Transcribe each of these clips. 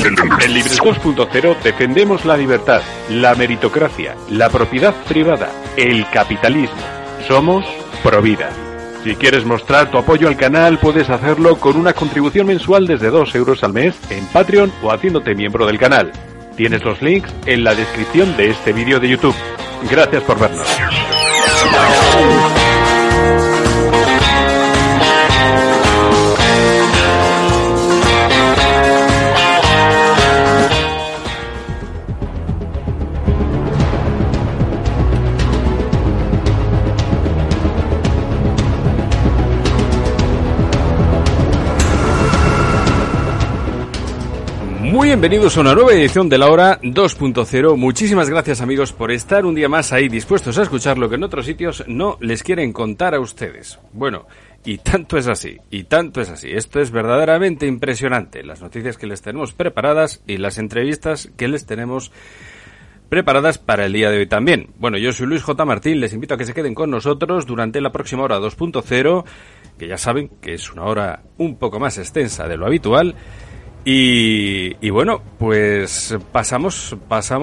En Libres 2.0 defendemos la libertad, la meritocracia, la propiedad privada, el capitalismo. Somos Provida. Si quieres mostrar tu apoyo al canal, puedes hacerlo con una contribución mensual desde 2 euros al mes en Patreon o haciéndote miembro del canal. Tienes los links en la descripción de este vídeo de YouTube. Gracias por vernos. Muy bienvenidos a una nueva edición de la Hora 2.0. Muchísimas gracias, amigos, por estar un día más ahí dispuestos a escuchar lo que en otros sitios no les quieren contar a ustedes. Bueno, y tanto es así, Esto es verdaderamente impresionante. Las noticias que les tenemos preparadas y las entrevistas que les tenemos preparadas para el día de hoy también. Bueno, yo soy Luis J. Martín, les invito a que se queden con nosotros durante la próxima Hora 2.0, que ya saben que es una hora un poco más extensa de lo habitual. Y bueno, pues pasamos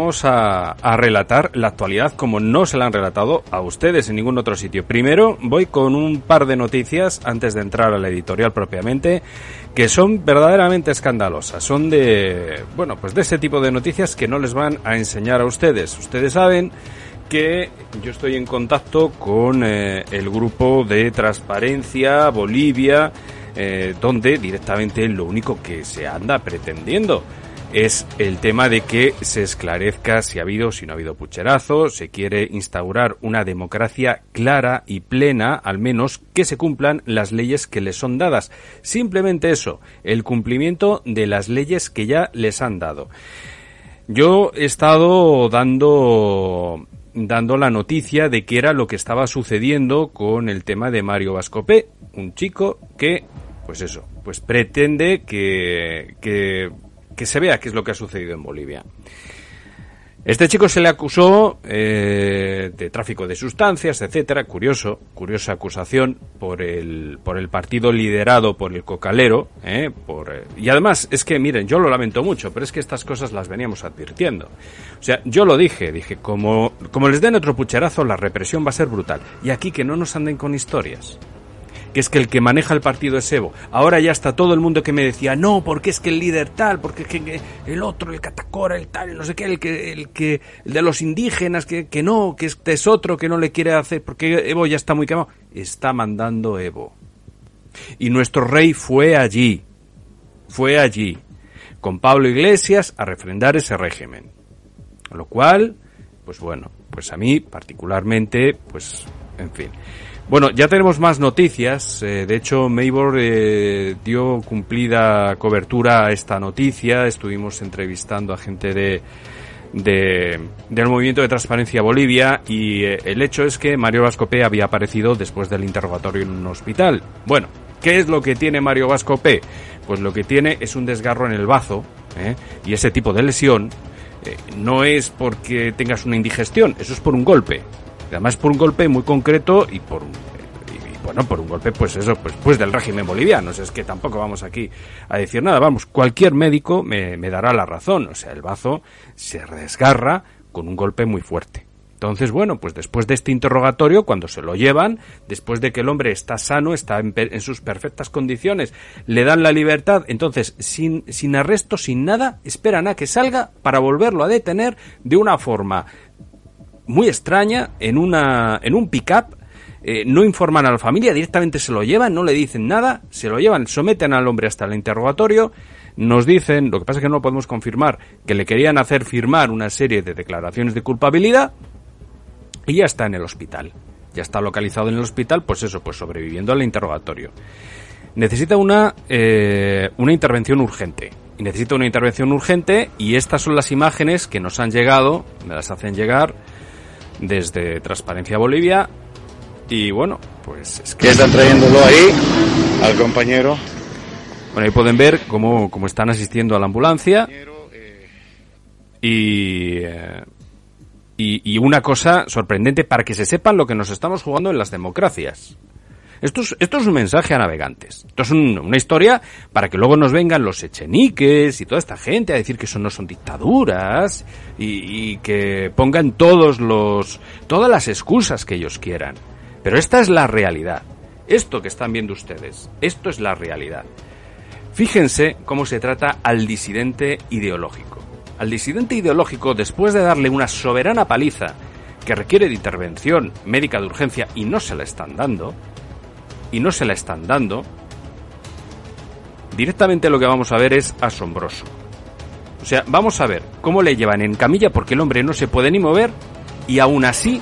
a relatar la actualidad como no se la han relatado a ustedes en ningún otro sitio. Primero voy con un par de noticias antes de entrar a la editorial propiamente, que son verdaderamente escandalosas. Son de ese tipo de noticias que no les van a enseñar a ustedes. Ustedes saben que yo estoy en contacto con el grupo de Transparencia Bolivia, donde directamente lo único que se anda pretendiendo es el tema de que se esclarezca si ha habido, si no ha habido pucherazo. Se quiere instaurar una democracia clara y plena, al menos que se cumplan las leyes que les son dadas. Simplemente eso, el cumplimiento de las leyes que ya les han dado. Yo he estado dando la noticia de qué era lo que estaba sucediendo con el tema de Mario Vascopé, un chico que, pues pretende que se vea qué es lo que ha sucedido en Bolivia. Este chico se le acusó de tráfico de sustancias, etcétera. Curiosa acusación por el partido liderado por el cocalero, y además es que, miren, yo lo lamento mucho, pero es que estas cosas las veníamos advirtiendo. O sea, yo lo dije, como les den otro pucherazo, la represión va a ser brutal. Y aquí que no nos anden con historias. Que es que el que maneja el partido es Evo. Ahora ya está todo el mundo que me decía, no, porque es que el líder tal, porque es que el otro, el catacora, el tal, no sé qué, el de los indígenas, que no, que este es otro que no le quiere hacer, porque Evo ya está muy quemado. Está mandando Evo. Y nuestro rey fue allí, con Pablo Iglesias a refrendar ese régimen. Lo cual, pues a mí particularmente, en fin. Bueno, ya tenemos más noticias. De hecho, Meibor dio cumplida cobertura a esta noticia. Estuvimos entrevistando a gente del Movimiento de Transparencia Bolivia y el hecho es que Mario Vascopé había aparecido después del interrogatorio en un hospital. Bueno, ¿qué es lo que tiene Mario Vascopé? Pues lo que tiene es un desgarro en el bazo, y ese tipo de lesión no es porque tengas una indigestión, eso es por un golpe. Además por un golpe muy concreto y por un golpe pues del régimen boliviano. O sea, es que tampoco vamos aquí a decir nada. Vamos, cualquier médico me dará la razón. O sea, el bazo se desgarra con un golpe muy fuerte. Entonces, pues después de este interrogatorio, cuando se lo llevan, después de que el hombre está sano, está en sus perfectas condiciones, le dan la libertad, entonces, sin arresto, sin nada, esperan a que salga para volverlo a detener de una forma muy extraña, en un pick-up. No informan a la familia, directamente se lo llevan, no le dicen nada, se lo llevan, someten al hombre hasta el interrogatorio. Nos dicen, lo que pasa es que no lo podemos confirmar, que le querían hacer firmar una serie de declaraciones de culpabilidad y ya está en el hospital. Ya está localizado en el hospital, pues sobreviviendo al interrogatorio. Necesita una intervención urgente. Y estas son las imágenes que nos han llegado, me las hacen llegar desde Transparencia Bolivia. Y pues es que ya están trayéndolo ahí al compañero. Bueno, ahí pueden ver cómo están asistiendo a la ambulancia. Y una cosa sorprendente para que se sepan lo que nos estamos jugando en las democracias. Esto es un mensaje a navegantes. Esto es una historia para que luego nos vengan los echeniques y toda esta gente a decir que eso no son dictaduras y que pongan todas las excusas que ellos quieran. Pero esta es la realidad. Esto que están viendo ustedes, esto es la realidad. Fíjense cómo se trata al disidente ideológico. Al disidente ideológico, después de darle una soberana paliza que requiere de intervención médica de urgencia y no se la están dando, directamente lo que vamos a ver es asombroso. O sea, vamos a ver cómo le llevan en camilla porque el hombre no se puede ni mover y aún así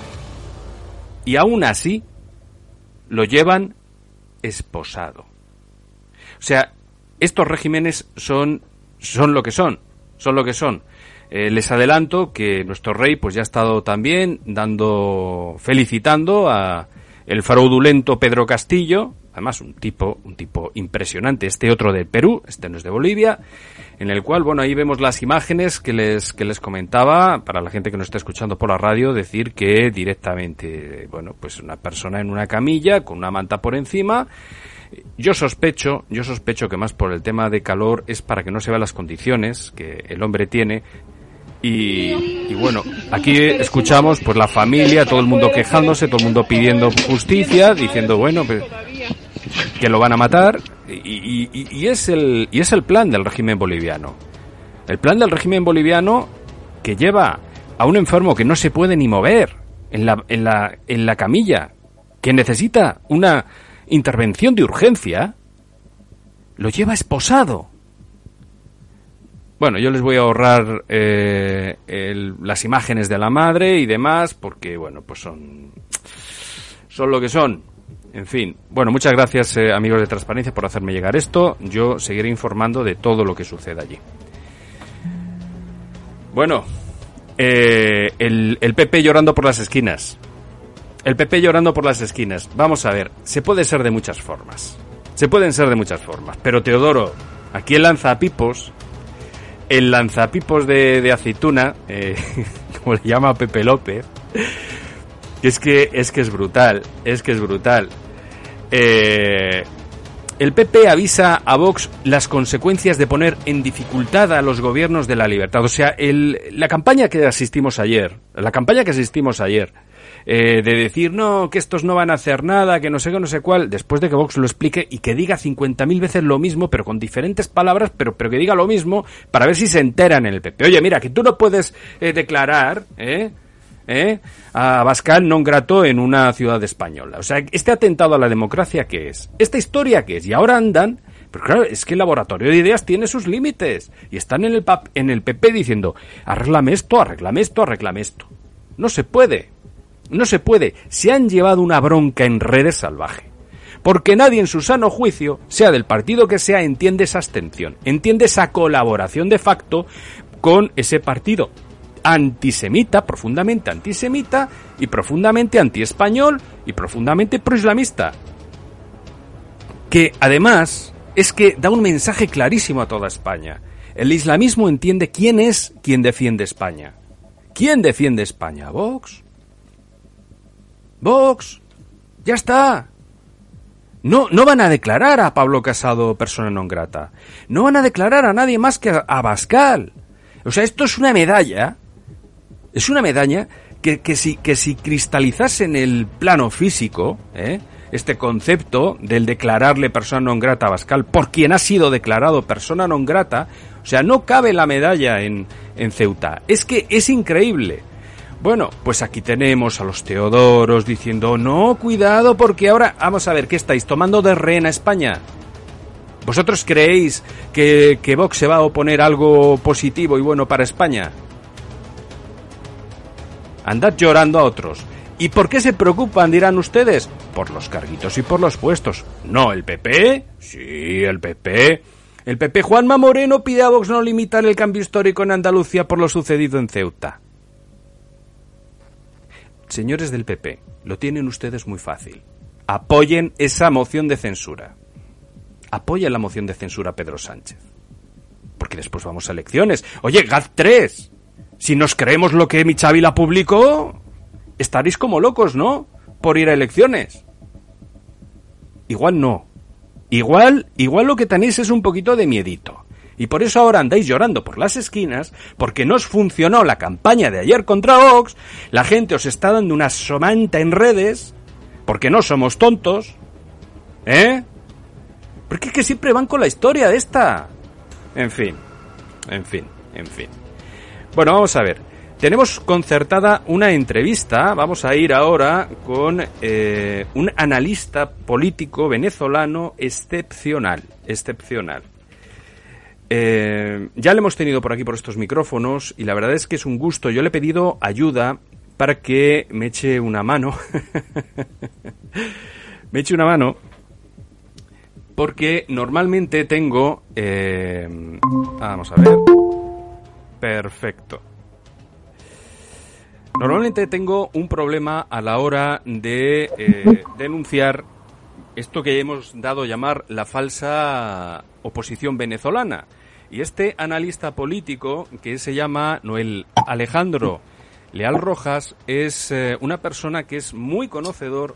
lo llevan esposado. O sea, estos regímenes son lo que son. Les adelanto que nuestro rey pues ya ha estado también felicitando a el fraudulento Pedro Castillo, además un tipo impresionante, este otro de Perú, este no es de Bolivia, en el cual, bueno, ahí vemos las imágenes que les comentaba, para la gente que nos está escuchando por la radio, decir que directamente, bueno, pues una persona en una camilla, con una manta por encima. Yo sospecho que más por el tema de calor es para que no se vean las condiciones que el hombre tiene. Y bueno, aquí escuchamos pues la familia, todo el mundo quejándose, todo el mundo pidiendo justicia, diciendo bueno, pues, que lo van a matar y es el plan del régimen boliviano. El plan del régimen boliviano que lleva a un enfermo que no se puede ni mover en la camilla, que necesita una intervención de urgencia, lo lleva esposado. Bueno, yo les voy a ahorrar las imágenes de la madre y demás, porque, bueno, pues son lo que son. En fin, bueno, muchas gracias, amigos de Transparencia, por hacerme llegar esto. Yo seguiré informando de todo lo que suceda allí. Bueno, el PP llorando por las esquinas. El PP llorando por las esquinas. Vamos a ver, se puede ser de muchas formas. Pero Teodoro, aquí el lanzapipos de aceituna, como le llama Pepe López, es que es brutal. El PP avisa a Vox las consecuencias de poner en dificultad a los gobiernos de la libertad. O sea, la campaña que asistimos ayer, de decir, no, que estos no van a hacer nada, que no sé qué, no sé cuál, después de que Vox lo explique y que diga 50.000 veces lo mismo, pero con diferentes palabras, pero que diga lo mismo, para ver si se enteran en el PP. Oye, mira, que tú no puedes declarar a Abascal non grato en una ciudad española. O sea, este atentado a la democracia, ¿qué es? ¿Esta historia qué es? Y ahora andan, pero claro, es que el laboratorio de ideas tiene sus límites, y están en el PP diciendo, arréglame esto. No se puede. Se han llevado una bronca en redes salvaje. Porque nadie en su sano juicio, sea del partido que sea, entiende esa abstención. Entiende esa colaboración de facto con ese partido antisemita, profundamente antisemita, y profundamente antiespañol, y profundamente proislamista. Que además es que da un mensaje clarísimo a toda España. El islamismo entiende quién es quien defiende España. ¿Quién defiende España? Vox, ya está. No van a declarar a Pablo Casado persona non grata. No van a declarar a nadie más que a Abascal. O sea, esto es una medalla. Es una medalla que si cristalizase en el plano físico, este concepto del declararle persona non grata a Abascal por quien ha sido declarado persona non grata, o sea, no cabe la medalla en Ceuta. Es que es increíble. Bueno, pues aquí tenemos a los Teodoros diciendo, no, cuidado, porque ahora, vamos a ver, ¿qué estáis tomando de rehén a España? ¿Vosotros creéis que Vox se va a oponer algo positivo y bueno para España? Andad llorando a otros. ¿Y por qué se preocupan, dirán ustedes? Por los carguitos y por los puestos. ¿No el PP? Sí, el PP. El PP Juanma Moreno pide a Vox no limitar el cambio histórico en Andalucía por lo sucedido en Ceuta. Señores del PP, lo tienen ustedes muy fácil. Apoyen esa moción de censura. Apoyen la moción de censura a Pedro Sánchez. Porque después vamos a elecciones. Oye, GAT3, si nos creemos lo que Michavila publicó, estaréis como locos, ¿no? Por ir a elecciones. igual no. Igual lo que tenéis es un poquito de miedito. Y por eso ahora andáis llorando por las esquinas, porque no os funcionó la campaña de ayer contra Vox, la gente os está dando una somanta en redes, porque no somos tontos, ¿eh? Porque es que siempre van con la historia de esta. En fin. Bueno, vamos a ver. Tenemos concertada una entrevista, vamos a ir ahora con un analista político venezolano excepcional. Ya le hemos tenido por aquí por estos micrófonos y la verdad es que es un gusto. Yo le he pedido ayuda para que me eche una mano. Porque normalmente tengo... vamos a ver. Perfecto. Normalmente tengo un problema a la hora de denunciar esto que hemos dado a llamar la falsa oposición venezolana. Y este analista político, que se llama Noel Alejandro Leal Rojas, es una persona que es muy conocedor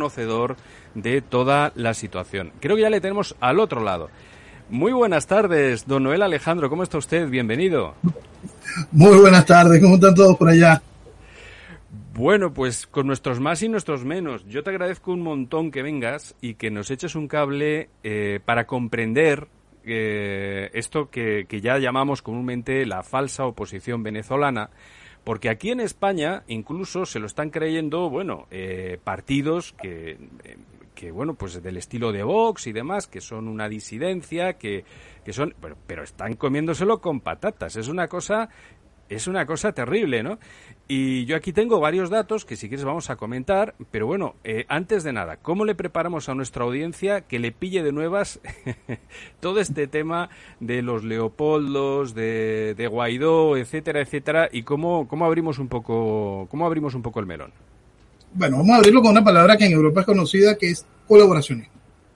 de toda la situación. Creo que ya le tenemos al otro lado. Muy buenas tardes, don Noel Alejandro, ¿cómo está usted? Bienvenido. Muy buenas tardes, ¿cómo están todos por allá? Bueno, pues con nuestros más y nuestros menos. Yo te agradezco un montón que vengas y que nos eches un cable para comprender esto que ya llamamos comúnmente la falsa oposición venezolana, porque aquí en España incluso se lo están creyendo, partidos que bueno, pues del estilo de Vox y demás, que son una disidencia, que son, pero están comiéndoselo con patatas. Es una cosa terrible, ¿no? Y yo aquí tengo varios datos que si quieres vamos a comentar, pero bueno, antes de nada, ¿cómo le preparamos a nuestra audiencia que le pille de nuevas todo este tema de los Leopoldos, de Guaidó, etcétera, etcétera, y cómo abrimos un poco el melón? Bueno, vamos a abrirlo con una palabra que en Europa es conocida, que es colaboracionismo.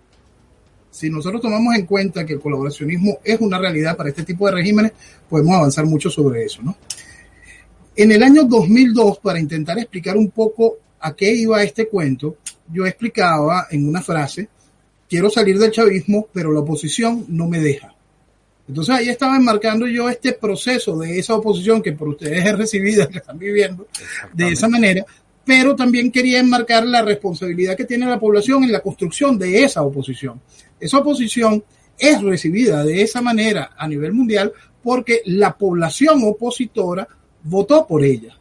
Si nosotros tomamos en cuenta que el colaboracionismo es una realidad para este tipo de regímenes, podemos avanzar mucho sobre eso, ¿no? En el año 2002, para intentar explicar un poco a qué iba este cuento, yo explicaba en una frase: quiero salir del chavismo, pero la oposición no me deja. Entonces ahí estaba enmarcando yo este proceso de esa oposición que por ustedes es recibida, que están viviendo de esa manera, pero también quería enmarcar la responsabilidad que tiene la población en la construcción de esa oposición. Esa oposición es recibida de esa manera a nivel mundial porque la población opositora votó por ella,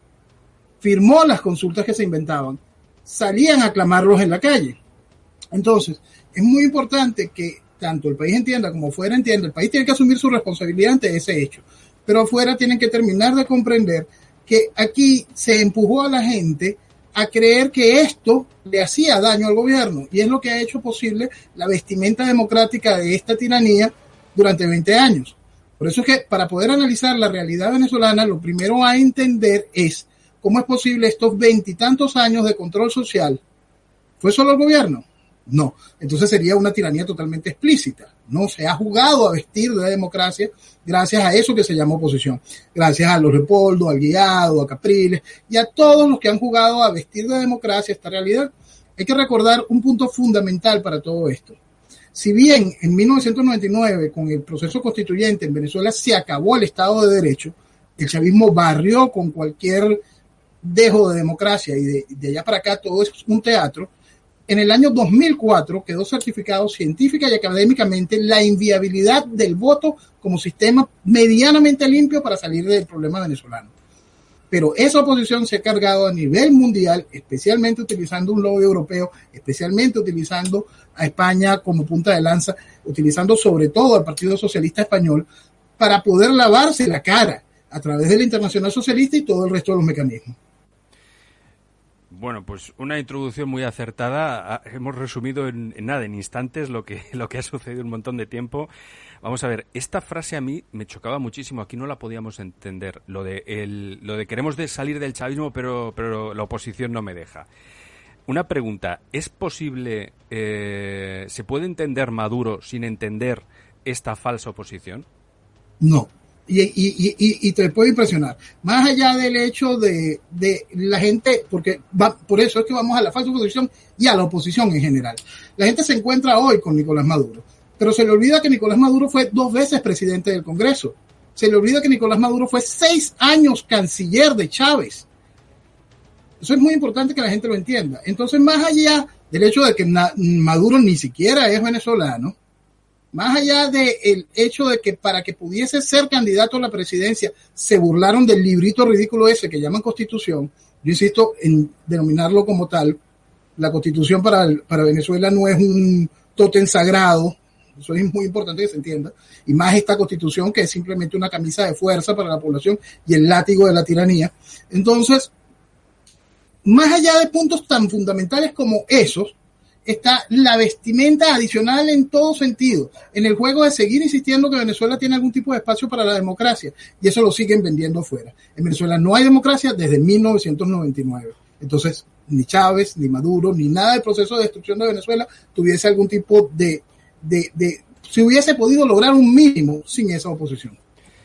firmó las consultas que se inventaban, salían a clamarlos en la calle. Entonces, es muy importante que tanto el país entienda como afuera entienda. El país tiene que asumir su responsabilidad ante ese hecho, pero afuera tienen que terminar de comprender que aquí se empujó a la gente a creer que esto le hacía daño al gobierno, y es lo que ha hecho posible la vestimenta democrática de esta tiranía durante 20 años. Por eso es que para poder analizar la realidad venezolana, lo primero a entender es cómo es posible estos 20 y tantos años de control social. ¿Fue solo el gobierno? No. Entonces sería una tiranía totalmente explícita. No se ha jugado a vestir de la democracia gracias a eso que se llama oposición. Gracias a los Leopoldo, al Guiado, a Capriles y a todos los que han jugado a vestir de democracia esta realidad. Hay que recordar un punto fundamental para todo esto. Si bien en 1999, con el proceso constituyente en Venezuela, se acabó el Estado de Derecho, el chavismo barrió con cualquier dejo de democracia y de allá para acá todo es un teatro. En el año 2004 quedó certificado científica y académicamente la inviabilidad del voto como sistema medianamente limpio para salir del problema venezolano. Pero esa oposición se ha cargado a nivel mundial, especialmente utilizando un lobby europeo, especialmente utilizando a España como punta de lanza, utilizando sobre todo al Partido Socialista Español para poder lavarse la cara a través de la Internacional Socialista y todo el resto de los mecanismos. Bueno, pues una introducción muy acertada. Hemos resumido en nada, en instantes, lo que ha sucedido un montón de tiempo. Vamos a ver, esta frase a mí me chocaba muchísimo. Aquí no la podíamos entender. Lo de queremos salir del chavismo, pero la oposición no me deja. Una pregunta, ¿es posible, se puede entender Maduro sin entender esta falsa oposición? No, y te puede impresionar. Más allá del hecho de la gente, porque por eso es que vamos a la falsa oposición y a la oposición en general. La gente se encuentra hoy con Nicolás Maduro, pero se le olvida que Nicolás Maduro fue 2 veces presidente del Congreso. Se le olvida que Nicolás Maduro fue 6 años canciller de Chávez. Eso es muy importante que la gente lo entienda. Entonces, más allá del hecho de que Maduro ni siquiera es venezolano, más allá del hecho de que para que pudiese ser candidato a la presidencia se burlaron del librito ridículo ese que llaman Constitución, yo insisto en denominarlo como tal. La Constitución para Venezuela no es un tótem sagrado, eso es muy importante que se entienda, y más esta Constitución que es simplemente una camisa de fuerza para la población y el látigo de la tiranía. Entonces, más allá de puntos tan fundamentales como esos, está la vestimenta adicional en todo sentido, en el juego de seguir insistiendo que Venezuela tiene algún tipo de espacio para la democracia, y eso lo siguen vendiendo fuera. En Venezuela no hay democracia desde 1999. Entonces, ni Chávez, ni Maduro, ni nada del proceso de destrucción de Venezuela tuviese algún tipo de si hubiese podido lograr un mínimo sin esa oposición.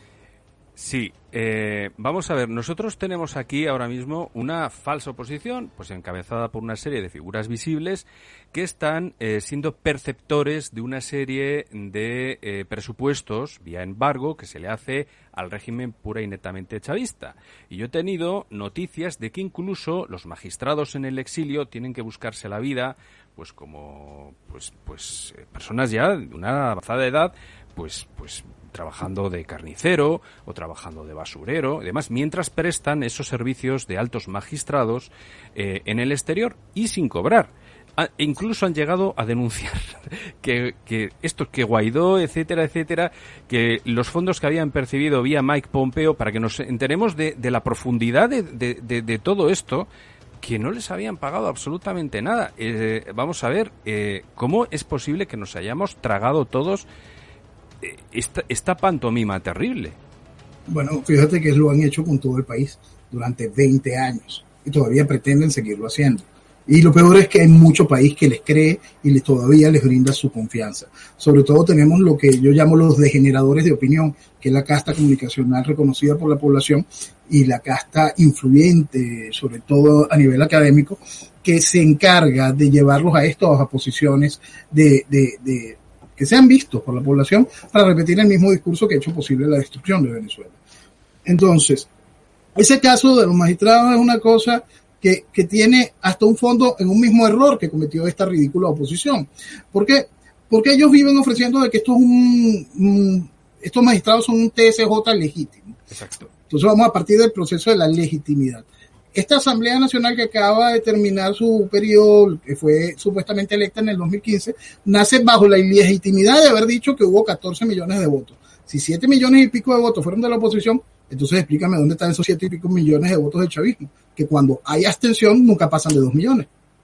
Sí, vamos a ver, nosotros tenemos aquí ahora mismo una falsa oposición, pues encabezada por una serie de figuras visibles que están siendo perceptores de una serie de presupuestos vía embargo que se le hace al régimen pura y netamente chavista. Y yo he tenido noticias de que incluso los magistrados en el exilio tienen que buscarse la vida, pues como personas ya de una avanzada edad, pues trabajando de carnicero o trabajando de basurero y demás, mientras prestan esos servicios de altos magistrados en el exterior y sin cobrar. Incluso han llegado a denunciar que Guaidó, etcétera, etcétera, que los fondos que habían percibido vía Mike Pompeo, para que nos enteremos de la profundidad de todo esto, que no les habían pagado absolutamente nada. Vamos a ver, ¿cómo es posible que nos hayamos tragado todos esta pantomima terrible? Bueno, fíjate que lo han hecho con todo el país durante 20 años y todavía pretenden seguirlo haciendo. Y lo peor es que hay mucho país que les cree y todavía les brinda su confianza. Sobre todo tenemos lo que yo llamo los degeneradores de opinión, que es la casta comunicacional reconocida por la población y la casta influyente, sobre todo a nivel académico, que se encarga de llevarlos a estas posiciones que sean vistos por la población para repetir el mismo discurso que ha hecho posible la destrucción de Venezuela. Entonces, ese caso de los magistrados es una cosa que tiene hasta un fondo en un mismo error que cometió esta ridícula oposición. ¿Por qué? Porque ellos viven ofreciendo de que estos magistrados son un TSJ legítimo. Exacto. Entonces vamos a partir del proceso de la legitimidad. Esta Asamblea Nacional que acaba de terminar su periodo, que fue supuestamente electa en el 2015, nace bajo la ilegitimidad de haber dicho que hubo 14 millones de votos. Si 7 millones y pico de votos fueron de la oposición, entonces explícame dónde están esos 7 y pico millones de votos del chavismo, que cuando hay abstención nunca pasan de 2 millones.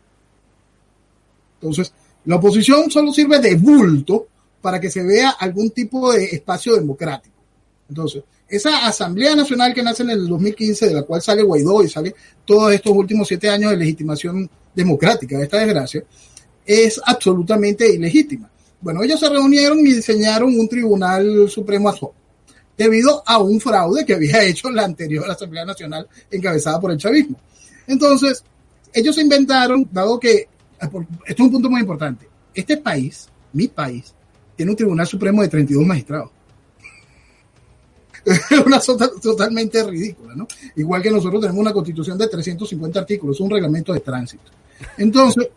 Entonces, la oposición solo sirve de bulto para que se vea algún tipo de espacio democrático. Entonces, esa Asamblea Nacional que nace en el 2015, de la cual sale Guaidó y sale todos estos últimos 7 años de legitimación democrática de esta desgracia, es absolutamente ilegítima. Bueno, ellos se reunieron y diseñaron un Tribunal Supremo ad hoc, debido a un fraude que había hecho la anterior Asamblea Nacional encabezada por el chavismo. Entonces, ellos se inventaron, dado que, esto es un punto muy importante, este país, mi país, tiene un Tribunal Supremo de 32 magistrados. Es una totalmente ridícula, ¿no? Igual que nosotros tenemos una constitución de 350 artículos, es un reglamento de tránsito. Entonces,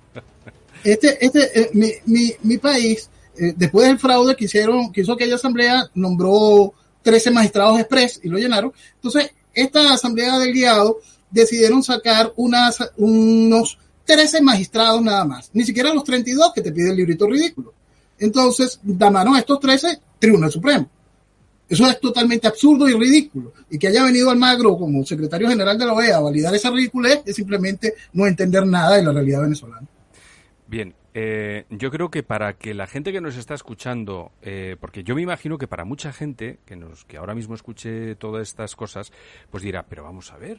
mi país, después del fraude que hizo aquella asamblea, nombró 13 magistrados express y lo llenaron. Entonces, esta asamblea del guiado decidieron sacar unos 13 magistrados nada más, ni siquiera los 32 que te pide el librito ridículo. Entonces, llamaron a estos 13 Tribunal Supremo. Eso es totalmente absurdo y ridículo. Y que haya venido Almagro como secretario general de la OEA a validar esa ridiculez es simplemente no entender nada de la realidad venezolana. Bien, yo creo que para que la gente que nos está escuchando, porque yo me imagino que para mucha gente que ahora mismo escuche todas estas cosas, pues dirá, pero vamos a ver,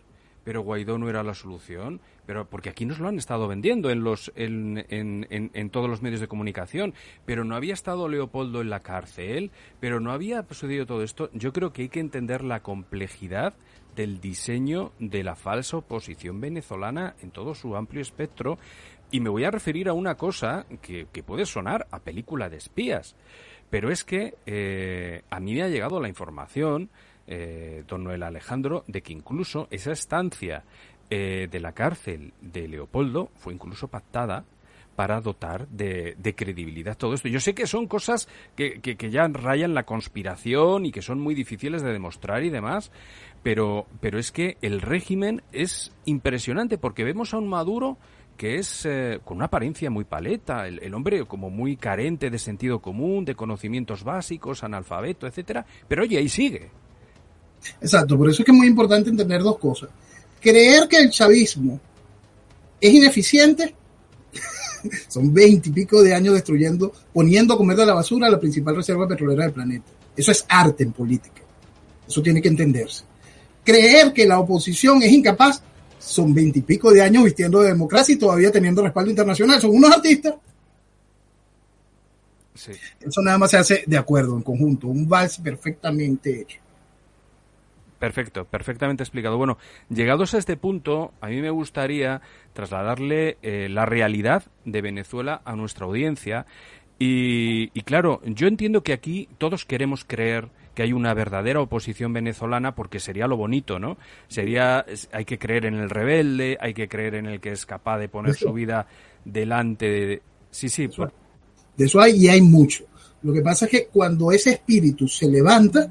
pero Guaidó no era la solución, pero porque aquí nos lo han estado vendiendo en todos los medios de comunicación, pero no había estado Leopoldo en la cárcel, pero no había sucedido todo esto. Yo creo que hay que entender la complejidad del diseño de la falsa oposición venezolana en todo su amplio espectro, y me voy a referir a una cosa que puede sonar a película de espías, pero es que a mí me ha llegado la información, don Noel Alejandro, de que incluso esa estancia de la cárcel de Leopoldo fue incluso pactada para dotar de credibilidad todo esto. Yo sé que son cosas que ya rayan la conspiración y que son muy difíciles de demostrar y demás, pero es que el régimen es impresionante, porque vemos a un Maduro que es con una apariencia muy paleta, el hombre como muy carente de sentido común, de conocimientos básicos, analfabeto, etcétera, pero oye, ahí sigue. Exacto, por eso es que es muy importante entender dos cosas. Creer que el chavismo es ineficiente, son 20 y pico de años destruyendo, poniendo a comer de la basura la principal reserva petrolera del planeta. Eso es arte en política. Eso tiene que entenderse. Creer que la oposición es incapaz, son 20 y pico de años vistiendo de democracia y todavía teniendo respaldo internacional. Son unos artistas. Sí. Eso nada más se hace de acuerdo, en conjunto. Un vals perfectamente hecho. Perfecto, perfectamente explicado. Bueno, llegados a este punto, a mí me gustaría trasladarle la realidad de Venezuela a nuestra audiencia. Y claro, yo entiendo que aquí todos queremos creer que hay una verdadera oposición venezolana, porque sería lo bonito, ¿no? Hay que creer en el rebelde, hay que creer en el que es capaz de poner su vida delante de... Sí. De eso hay, y hay mucho. Lo que pasa es que cuando ese espíritu se levanta,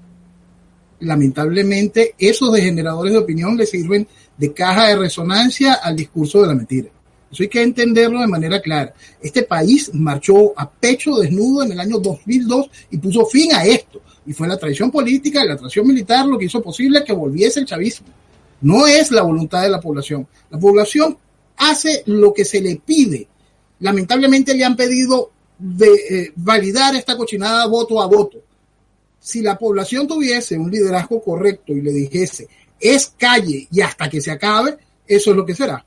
lamentablemente esos degeneradores de opinión le sirven de caja de resonancia al discurso de la mentira. Eso hay que entenderlo de manera clara. Este país marchó a pecho desnudo en el año 2002 y puso fin a esto. Y fue la traición política y la traición militar lo que hizo posible que volviese el chavismo. No es la voluntad de la población. La población hace lo que se le pide. Lamentablemente le han pedido validar esta cochinada voto a voto. Si la población tuviese un liderazgo correcto y le dijese, es calle y hasta que se acabe, eso es lo que será.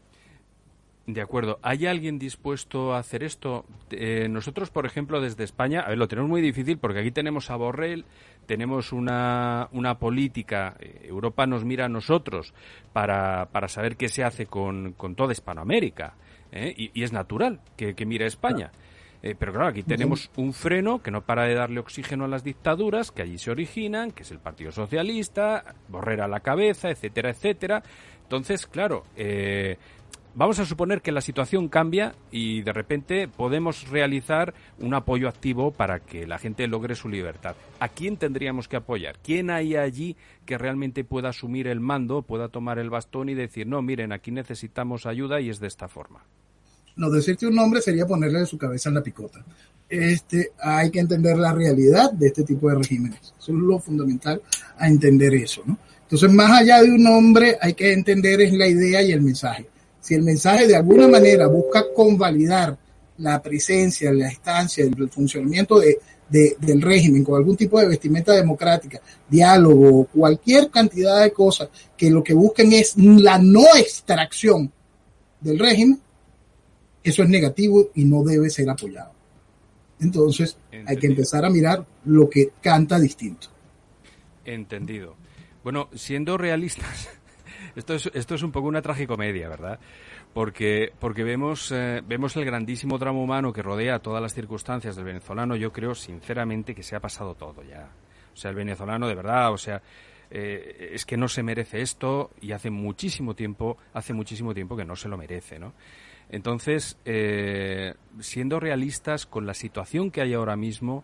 De acuerdo. ¿Hay alguien dispuesto a hacer esto? Nosotros, por ejemplo, desde España, a ver, lo tenemos muy difícil porque aquí tenemos a Borrell, tenemos una política, Europa nos mira a nosotros para saber qué se hace con toda Hispanoamérica, y es natural que mire a España. Pero claro, aquí tenemos un freno que no para de darle oxígeno a las dictaduras que allí se originan, que es el Partido Socialista, Borrell a la cabeza, etcétera, etcétera. Entonces, claro, vamos a suponer que la situación cambia y de repente podemos realizar un apoyo activo para que la gente logre su libertad. ¿A quién tendríamos que apoyar? ¿Quién hay allí que realmente pueda asumir el mando, pueda tomar el bastón y decir, no, miren, aquí necesitamos ayuda y es de esta forma? No, decirte un nombre sería ponerle su cabeza en la picota. Hay que entender la realidad de este tipo de regímenes. Eso es lo fundamental, a entender eso, ¿no? Entonces, más allá de un nombre, hay que entender es la idea y el mensaje. Si el mensaje de alguna manera busca convalidar la presencia, la estancia, el funcionamiento del régimen con algún tipo de vestimenta democrática, diálogo, cualquier cantidad de cosas que lo que busquen es la no extracción del régimen, eso es negativo y no debe ser apoyado. Entonces, hay que empezar a mirar lo que canta distinto. Entendido. Bueno, siendo realistas, esto es un poco una tragicomedia, ¿verdad? Porque vemos el grandísimo drama humano que rodea todas las circunstancias del venezolano. Yo creo, sinceramente, que se ha pasado todo ya. O sea, el venezolano, de verdad, o sea, es que no se merece esto y hace muchísimo tiempo que no se lo merece, ¿no? Entonces, siendo realistas con la situación que hay ahora mismo,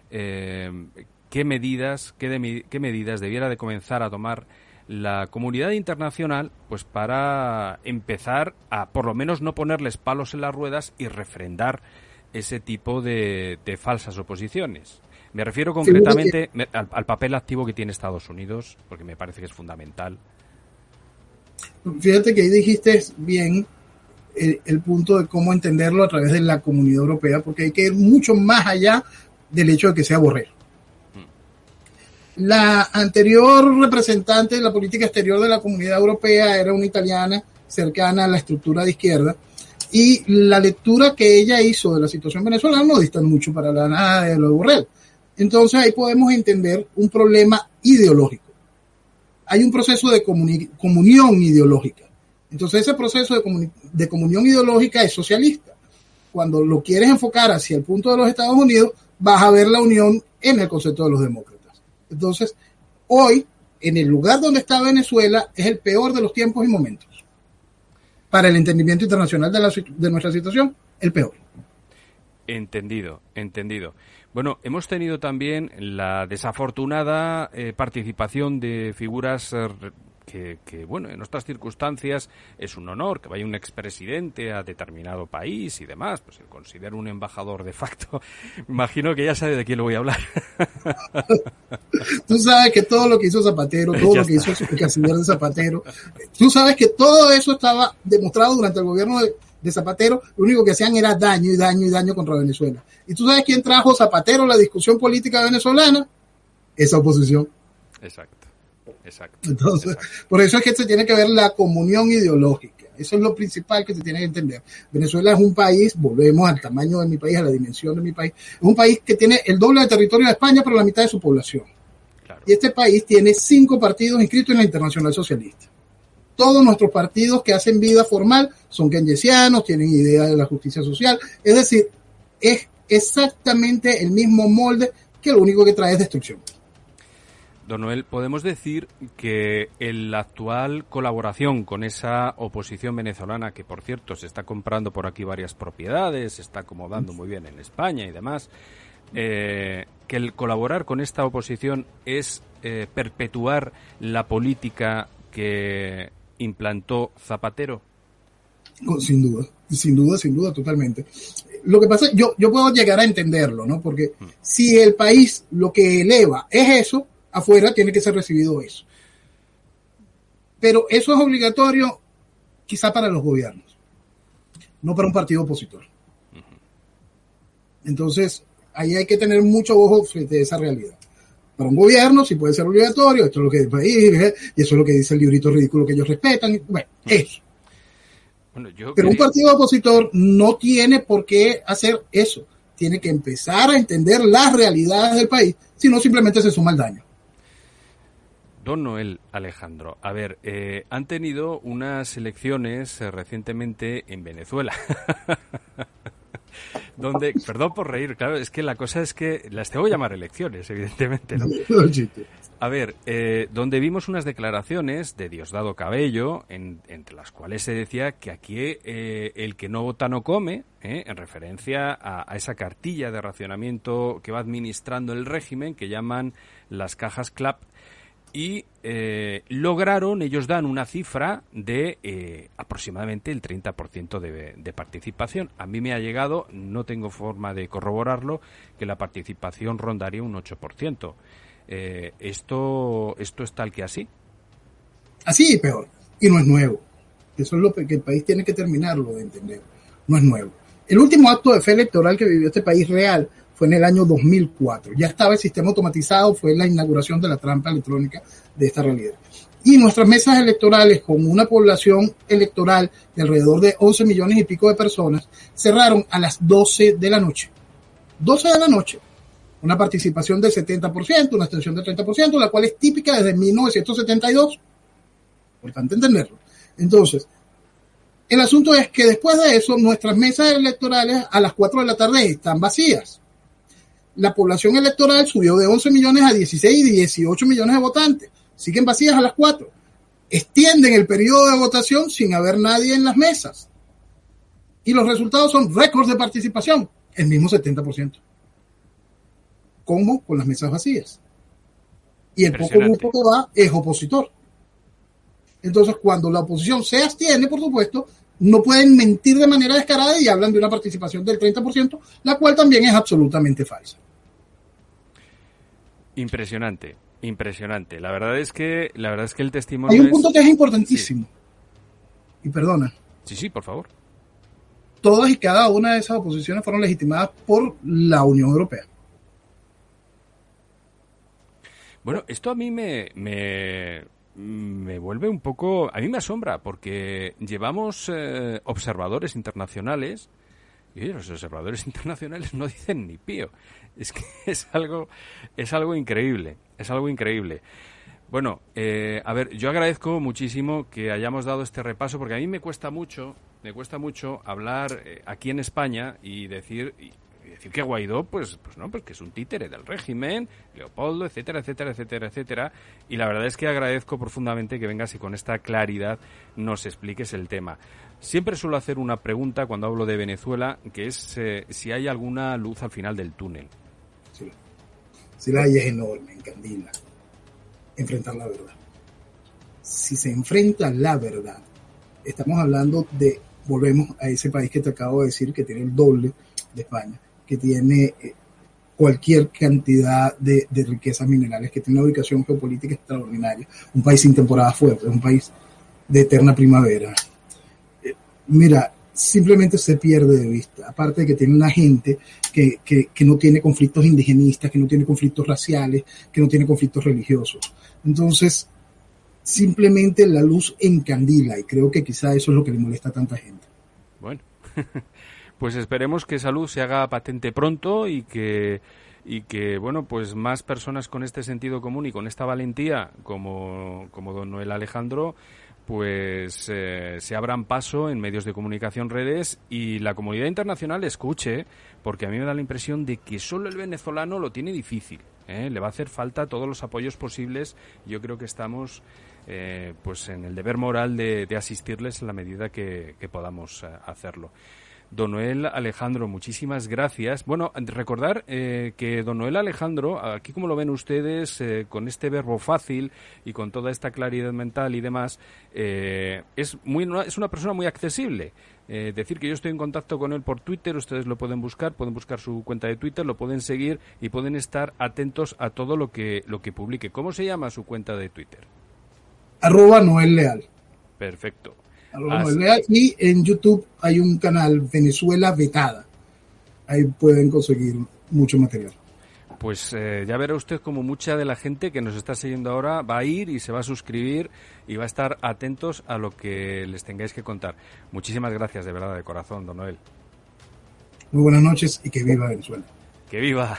¿qué medidas debiera de comenzar a tomar la comunidad internacional, pues para empezar a, por lo menos, no ponerles palos en las ruedas y refrendar ese tipo de falsas oposiciones? Me refiero concretamente al papel activo que tiene Estados Unidos, porque me parece que es fundamental. Fíjate que ahí dijiste bien el punto de cómo entenderlo a través de la Comunidad Europea, porque hay que ir mucho más allá del hecho de que sea Borrell. La anterior representante de la política exterior de la Comunidad Europea era una italiana cercana a la estructura de izquierda, y la lectura que ella hizo de la situación venezolana no dista mucho para nada de lo de Borrell. Entonces ahí podemos entender un problema ideológico. Hay un proceso de comunión ideológica. Entonces ese proceso de comunión ideológica es socialista. Cuando lo quieres enfocar hacia el punto de los Estados Unidos, vas a ver la unión en el concepto de los demócratas. Entonces, hoy, en el lugar donde está Venezuela, es el peor de los tiempos y momentos. Para el entendimiento internacional de nuestra situación, el peor. Entendido. Bueno, hemos tenido también la desafortunada participación de figuras que, bueno, en nuestras circunstancias es un honor que vaya un expresidente a determinado país y demás, pues se considera un embajador de facto. Imagino que ya sabe de quién le voy a hablar. Tú sabes que todo lo que hizo Zapatero, todo lo que hizo el canciller de Zapatero, tú sabes que todo eso estaba demostrado durante el gobierno de Zapatero. Lo único que hacían era daño y daño y daño contra Venezuela. ¿Y tú sabes quién trajo Zapatero a la discusión política venezolana? Esa oposición. Exacto. Entonces, por eso es que se tiene que ver la comunión ideológica. Eso es lo principal que se tiene que entender. Venezuela es un país, volvemos al tamaño de mi país, a la dimensión de mi país, es un país que tiene el doble de territorio de España, pero la mitad de su población. Claro. Y este país tiene 5 partidos inscritos en la Internacional Socialista. Todos nuestros partidos que hacen vida formal son keynesianos, tienen idea de la justicia social, es decir, es exactamente el mismo molde, que lo único que trae es destrucción. Don Noel, ¿podemos decir que la actual colaboración con esa oposición venezolana, que por cierto se está comprando por aquí varias propiedades, se está acomodando muy bien en España y demás, que el colaborar con esta oposición es perpetuar la política que implantó Zapatero? Sin duda, totalmente. Lo que pasa, yo puedo llegar a entenderlo, ¿no? Porque si el país lo que eleva es eso, afuera tiene que ser recibido eso. Pero eso es obligatorio quizá para los gobiernos, no para un partido opositor. Entonces, ahí hay que tener mucho ojo frente a esa realidad. Para un gobierno sí puede ser obligatorio, esto es lo que es el país, y eso es lo que dice el librito ridículo que ellos respetan. Bueno, eso. Pero un partido opositor no tiene por qué hacer eso. Tiene que empezar a entender las realidades del país, si no simplemente se suma el daño. Don Noel Alejandro, a ver, han tenido unas elecciones recientemente en Venezuela, donde, perdón por reír, claro, es que la cosa es que las tengo que llamar elecciones, evidentemente, ¿no? A ver, donde vimos unas declaraciones de Diosdado Cabello, entre las cuales se decía que aquí el que no vota no come, en referencia a esa cartilla de racionamiento que va administrando el régimen, que llaman las cajas CLAP, y lograron, ellos dan una cifra de aproximadamente el 30% de participación. A mí me ha llegado, no tengo forma de corroborarlo, que la participación rondaría un 8%. ¿Esto es tal que así? Así y peor. Y no es nuevo. Eso es lo que el país tiene que terminarlo de entender. No es nuevo. El último acto de fe electoral que vivió este país real fue en el año 2004. Ya estaba el sistema automatizado, fue la inauguración de la trampa electrónica de esta realidad. Y nuestras mesas electorales, con una población electoral de alrededor de 11 millones y pico de personas, cerraron a las 12 de la noche. 12 de la noche. Una participación del 70%, una abstención del 30%, la cual es típica desde 1972. Importante entenderlo. Entonces, el asunto es que después de eso, nuestras mesas electorales a las 4 de la tarde están vacías. La población electoral subió de 11 millones a 16 y 18 millones de votantes. Siguen vacías a las 4. Extienden el periodo de votación sin haber nadie en las mesas. Y los resultados son récords de participación, el mismo 70%. ¿Cómo? Con las mesas vacías. Y el poco grupo que va es opositor. Entonces, cuando la oposición se abstiene, por supuesto, no pueden mentir de manera descarada y hablan de una participación del 30%, la cual también es absolutamente falsa. Impresionante. La verdad es que el testimonio. Hay un punto que es importantísimo. Sí. Y perdona. Sí, por favor. Todas y cada una de esas oposiciones fueron legitimadas por la Unión Europea. Bueno, esto a mí me vuelve un poco... A mí me asombra, porque llevamos observadores internacionales y los observadores internacionales no dicen ni pío. Es que es algo increíble, es algo increíble. Bueno, a ver, yo agradezco muchísimo que hayamos dado este repaso, porque a mí me cuesta mucho hablar aquí en España y decir que Guaidó, pues no, pues que es un títere del régimen, Leopoldo, etcétera, etcétera, etcétera, etcétera. Y la verdad es que agradezco profundamente que vengas y con esta claridad nos expliques el tema. Siempre suelo hacer una pregunta cuando hablo de Venezuela, que es si hay alguna luz al final del túnel. Sí, la hay, es enorme, encandila. Enfrentar la verdad. Si se enfrenta la verdad, estamos hablando de, volvemos a ese país que te acabo de decir, que tiene el doble de España, que tiene cualquier cantidad de riquezas minerales, que tiene una ubicación geopolítica extraordinaria, un país sin temporadas fuertes, un país de eterna primavera. Mira, simplemente se pierde de vista, aparte de que tiene una gente que no tiene conflictos indigenistas, que no tiene conflictos raciales, que no tiene conflictos religiosos. Entonces, simplemente la luz encandila, y creo que quizá eso es lo que le molesta a tanta gente. Bueno, pues esperemos que esa luz se haga patente pronto y que bueno, pues más personas con este sentido común y con esta valentía como don Noel Alejandro pues se abran paso en medios de comunicación, redes, y la comunidad internacional escuche, porque a mí me da la impresión de que solo el venezolano lo tiene difícil, le va a hacer falta todos los apoyos posibles. Yo creo que estamos pues en el deber moral de asistirles en la medida que podamos hacerlo. Don Noel Alejandro, muchísimas gracias. Bueno, recordar que don Noel Alejandro, aquí como lo ven ustedes, con este verbo fácil y con toda esta claridad mental y demás, es una persona muy accesible. Decir que yo estoy en contacto con él por Twitter, ustedes lo pueden buscar su cuenta de Twitter, lo pueden seguir y pueden estar atentos a todo lo que publique. ¿Cómo se llama su cuenta de Twitter? @NoelLeal. Perfecto. Y en YouTube hay un canal, Venezuela Vetada. Ahí pueden conseguir mucho material. Pues ya verá usted como mucha de la gente que nos está siguiendo ahora va a ir y se va a suscribir y va a estar atentos a lo que les tengáis que contar. Muchísimas gracias, de verdad, de corazón, don Noel. Muy buenas noches y que viva Venezuela. ¡Que viva!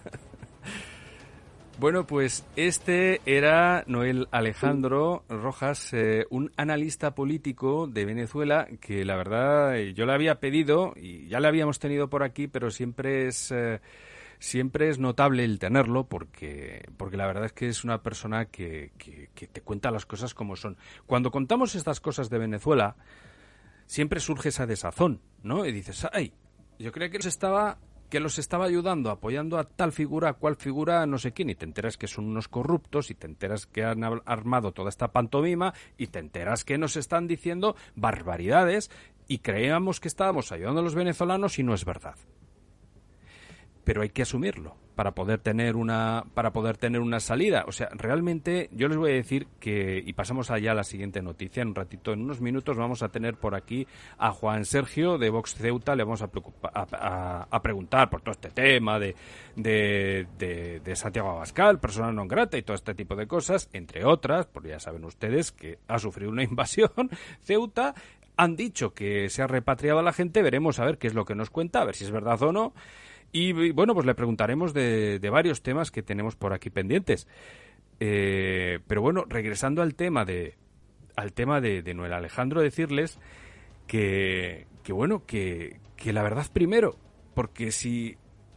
Bueno, pues este era Noel Alejandro Rojas, un analista político de Venezuela que la verdad yo le había pedido y ya le habíamos tenido por aquí, pero siempre es notable el tenerlo porque la verdad es que es una persona que te cuenta las cosas como son. Cuando contamos estas cosas de Venezuela, siempre surge esa desazón, ¿no? Y dices, ¡ay! Yo creía que los estaba ayudando, apoyando a tal figura, a cual figura, no sé quién, y te enteras que son unos corruptos, y te enteras que han armado toda esta pantomima, y te enteras que nos están diciendo barbaridades, y creíamos que estábamos ayudando a los venezolanos y no es verdad. Pero hay que asumirlo para poder tener una salida. O sea, realmente yo les voy a decir que, y pasamos allá a la siguiente noticia, en un ratito, en unos minutos vamos a tener por aquí a Juan Sergio de Vox Ceuta, le vamos a preguntar por todo este tema de Santiago Abascal, persona non grata y todo este tipo de cosas, entre otras, porque ya saben ustedes que ha sufrido una invasión Ceuta. Han dicho que se ha repatriado a la gente, veremos a ver qué es lo que nos cuenta, a ver si es verdad o no. Y bueno, pues le preguntaremos de varios temas que tenemos por aquí pendientes. Pero bueno, regresando al tema de Noel Alejandro, decirles que la verdad primero, porque si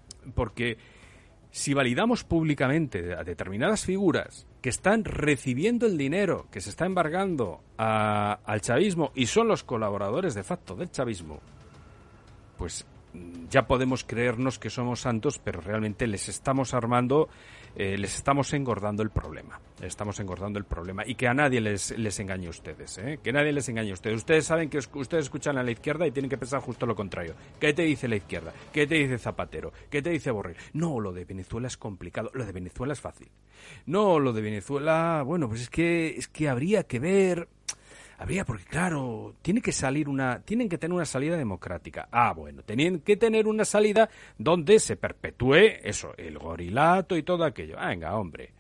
validamos públicamente a determinadas figuras que están recibiendo el dinero que se está embargando al chavismo y son los colaboradores de facto del chavismo, pues ya podemos creernos que somos santos, pero realmente les estamos engordando el problema. Y que a nadie les engañe a ustedes, que nadie les engañe a ustedes. Ustedes saben que ustedes escuchan a la izquierda y tienen que pensar justo lo contrario. ¿Qué te dice la izquierda? ¿Qué te dice Zapatero? ¿Qué te dice Borrell? No, lo de Venezuela es complicado, lo de Venezuela es fácil. No, lo de Venezuela, bueno, pues es que habría que ver... porque claro, tienen que tener una salida democrática. Bueno, tienen que tener una salida donde se perpetúe eso, el gorilato y todo aquello. Venga, hombre,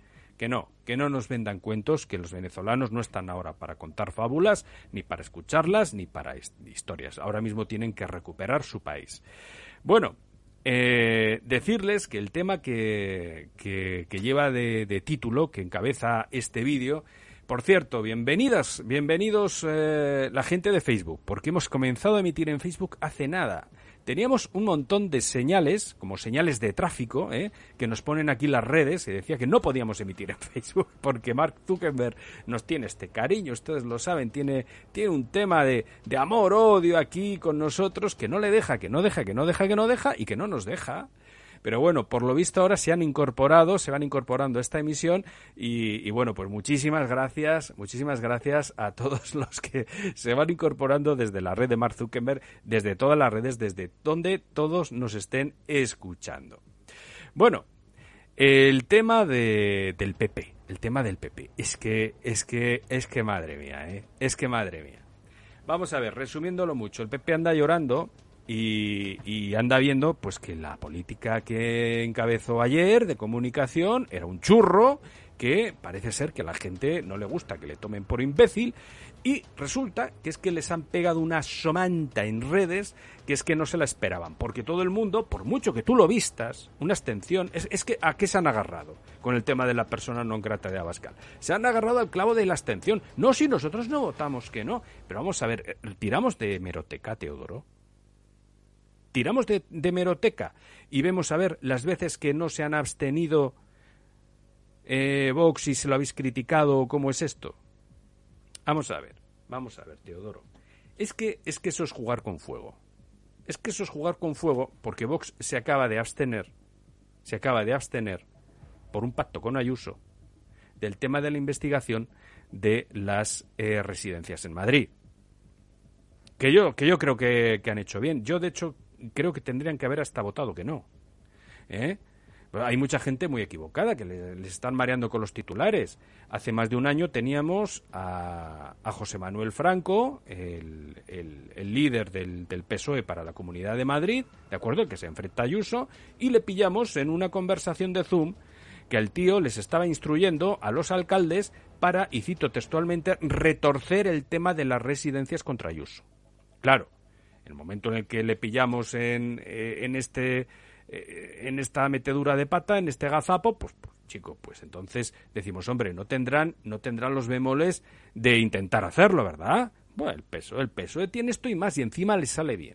que no nos vendan cuentos, que los venezolanos no están ahora para contar fábulas, ni para escucharlas, ni para historias. Ahora mismo tienen que recuperar su país. Bueno, decirles que el tema que lleva de título, que encabeza este vídeo. Por cierto, bienvenidos la gente de Facebook, porque hemos comenzado a emitir en Facebook hace nada. Teníamos un montón de señales, como señales de tráfico, que nos ponen aquí las redes, y decía que no podíamos emitir en Facebook, porque Mark Zuckerberg nos tiene este cariño, ustedes lo saben, tiene un tema de amor-odio aquí con nosotros, que no le deja, que no deja, y que no nos deja. Pero bueno, por lo visto ahora se van incorporando a esta emisión y bueno, pues muchísimas gracias a todos los que se van incorporando desde la red de Mark Zuckerberg, desde todas las redes, desde donde todos nos estén escuchando. Bueno, el tema del PP, es que madre mía. Vamos a ver, resumiéndolo mucho, el PP anda llorando. Y anda viendo pues que la política que encabezó ayer de comunicación era un churro, que parece ser que a la gente no le gusta que le tomen por imbécil, y resulta que es que les han pegado una somanta en redes que es que no se la esperaban, porque todo el mundo, por mucho que tú lo vistas, una abstención, es que ¿a qué se han agarrado con el tema de la persona non grata de Abascal? Se han agarrado al clavo de la abstención. No, si nosotros no votamos que no, pero vamos a ver, tiramos de hemeroteca, Teodoro. Tiramos de hemeroteca y vemos a ver las veces que no se han abstenido Vox y se lo habéis criticado, ¿cómo es esto? Vamos a ver, Teodoro. Es que eso es jugar con fuego. Porque Vox se acaba de abstener por un pacto con Ayuso del tema de la investigación de las residencias en Madrid. Que yo creo que han hecho bien. Yo, de hecho, creo que tendrían que haber hasta votado que no. Hay mucha gente muy equivocada que les están mareando con los titulares. Hace más de un año teníamos a José Manuel Franco, el líder del PSOE para la Comunidad de Madrid, ¿de acuerdo?, que se enfrenta a Ayuso, y le pillamos en una conversación de Zoom que el tío les estaba instruyendo a los alcaldes para, y cito textualmente, retorcer el tema de las residencias contra Ayuso. Claro, el momento en el que le pillamos en esta metedura de pata, en este gazapo, pues entonces decimos, hombre, no tendrán los bemoles de intentar hacerlo, ¿verdad? Bueno, el PSOE tiene esto y más, y encima le sale bien.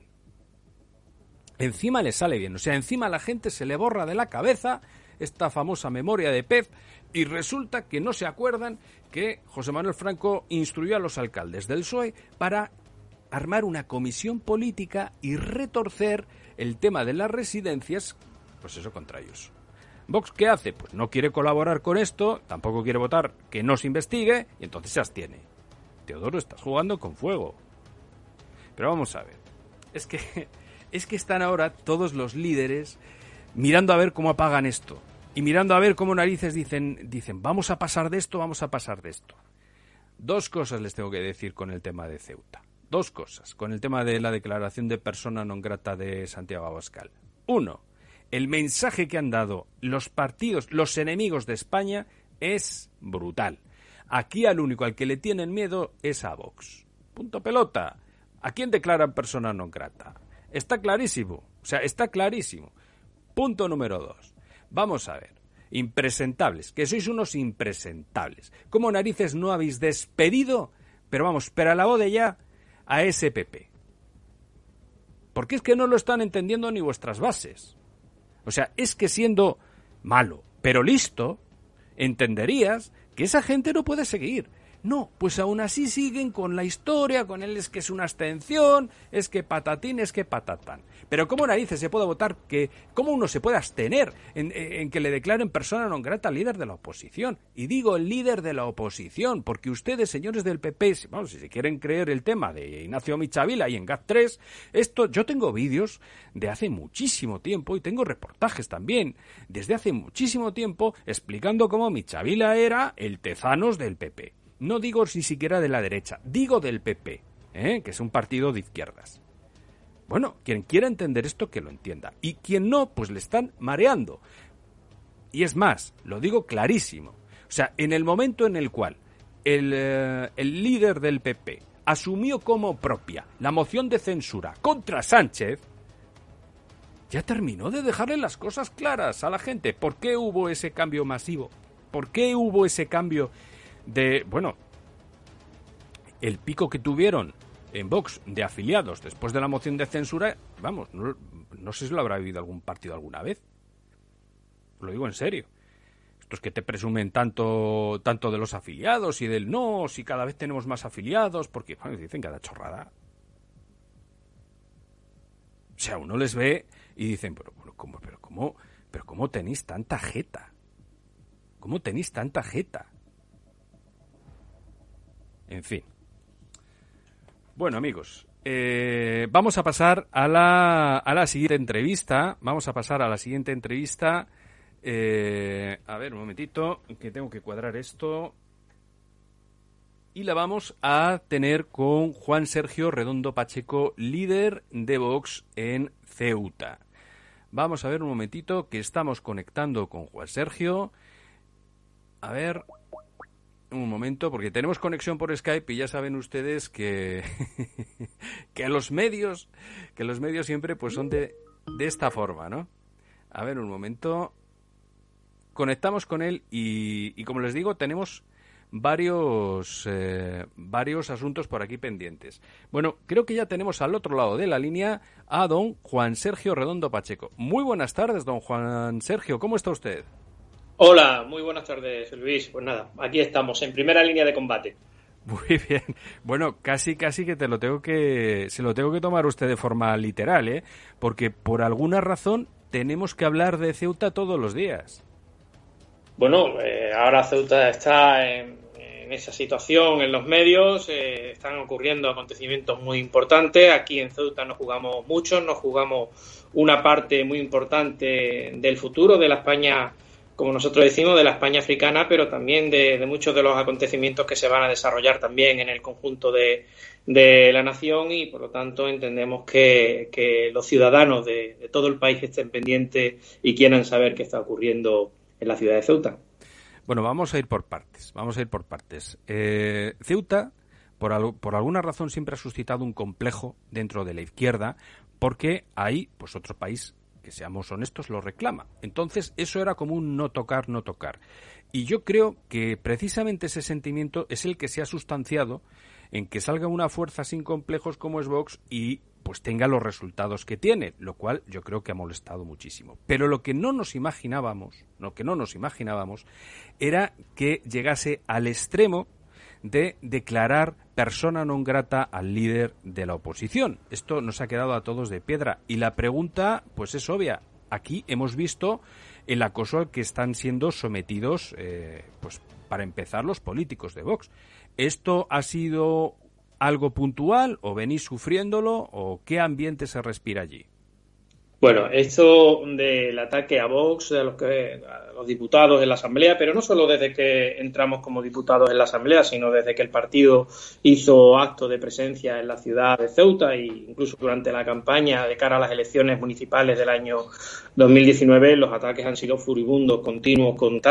O sea, encima a la gente se le borra de la cabeza esta famosa memoria de pez, y resulta que no se acuerdan que José Manuel Franco instruyó a los alcaldes del PSOE para armar una comisión política y retorcer el tema de las residencias, pues eso, contra ellos. Vox, ¿qué hace? Pues no quiere colaborar con esto, tampoco quiere votar que no se investigue, y entonces se abstiene. Teodoro, estás jugando con fuego. Pero vamos a ver, es que están ahora todos los líderes mirando a ver cómo apagan esto, y mirando a ver cómo narices dicen, vamos a pasar de esto. Dos cosas les tengo que decir con el tema de Ceuta. Dos cosas con el tema de la declaración de persona non grata de Santiago Abascal. Uno, el mensaje que han dado los partidos, los enemigos de España, es brutal. Aquí al único al que le tienen miedo es a Vox. Punto pelota. ¿A quién declaran persona non grata? Está clarísimo. Punto número 2. Vamos a ver. Impresentables, que sois unos impresentables. ¿Cómo narices no habéis despedido, pero a la voz de ya, a ese PP? Porque es que no lo están entendiendo ni vuestras bases. O sea, es que siendo malo, pero listo, entenderías que esa gente no puede seguir. No, pues aún así siguen con la historia, con él es que es una abstención, es que patatín, es que patatán. Pero ¿cómo narices se puede votar cómo uno se puede abstener en que le declaren persona non grata al líder de la oposición? Y digo el líder de la oposición, porque ustedes, señores del PP, si se quieren creer el tema de Ignacio Michavila y en GAT3, yo tengo vídeos de hace muchísimo tiempo y tengo reportajes también desde hace muchísimo tiempo explicando cómo Michavila era el Tezanos del PP. No digo ni siquiera de la derecha, digo del PP, que es un partido de izquierdas. Bueno, quien quiera entender esto, que lo entienda. Y quien no, pues le están mareando. Y es más, lo digo clarísimo. O sea, en el momento en el cual el líder del PP asumió como propia la moción de censura contra Sánchez, ya terminó de dejarle las cosas claras a la gente. ¿Por qué hubo ese cambio masivo? ¿Por qué hubo ese cambio de, bueno, el pico que tuvieron en Vox de afiliados después de la moción de censura? Vamos, no sé si lo habrá vivido algún partido alguna vez. Lo digo en serio. Estos que te presumen tanto de los afiliados y del no, si cada vez tenemos más afiliados, porque bueno, dicen cada chorrada. O sea, uno les ve y dicen, pero ¿cómo tenéis tanta jeta? ¿Cómo tenéis tanta jeta? En fin. Bueno, amigos, vamos a pasar a la siguiente entrevista. A ver, un momentito, que tengo que cuadrar esto. Y la vamos a tener con Juan Sergio Redondo Pacheco, líder de Vox en Ceuta. Vamos a ver un momentito que estamos conectando con Juan Sergio. A ver, un momento, porque tenemos conexión por Skype y ya saben ustedes que que los medios siempre pues son de esta forma, ¿no? A ver, un momento. Conectamos con él y como les digo, tenemos varios asuntos por aquí pendientes. Bueno, creo que ya tenemos al otro lado de la línea a don Juan Sergio Redondo Pacheco. Muy buenas tardes, don Juan Sergio, ¿cómo está usted? Hola, muy buenas tardes, Luis. Pues nada, aquí estamos, en primera línea de combate. Muy bien. Bueno, casi que se lo tengo que tomar usted de forma literal, ¿eh? Porque por alguna razón tenemos que hablar de Ceuta todos los días. Bueno, ahora Ceuta está en esa situación en los medios, están ocurriendo acontecimientos muy importantes. Aquí en Ceuta nos jugamos mucho, nos jugamos una parte muy importante del futuro de la España, como nosotros decimos, de la España africana, pero también de muchos de los acontecimientos que se van a desarrollar también en el conjunto de la nación, y por lo tanto entendemos que los ciudadanos de todo el país estén pendientes y quieran saber qué está ocurriendo en la ciudad de Ceuta. Bueno, vamos a ir por partes. Ceuta, por alguna razón, siempre ha suscitado un complejo dentro de la izquierda, porque ahí, pues otro país, que seamos honestos, lo reclama. Entonces, eso era como un no tocar, no tocar. Y yo creo que precisamente ese sentimiento es el que se ha sustanciado en que salga una fuerza sin complejos como es Vox y pues tenga los resultados que tiene, lo cual yo creo que ha molestado muchísimo. Pero lo que no nos imaginábamos era que llegase al extremo de declarar persona non grata al líder de la oposición. Esto nos ha quedado a todos de piedra. Y la pregunta, pues es obvia. Aquí hemos visto el acoso al que están siendo sometidos, pues para empezar, los políticos de Vox. ¿Esto ha sido algo puntual o venís sufriéndolo o qué ambiente se respira allí? Bueno, esto del ataque a Vox, a los diputados en la Asamblea, pero no solo desde que entramos como diputados en la Asamblea, sino desde que el partido hizo acto de presencia en la ciudad de Ceuta e incluso durante la campaña de cara a las elecciones municipales del año 2019, los ataques han sido furibundos, continuos,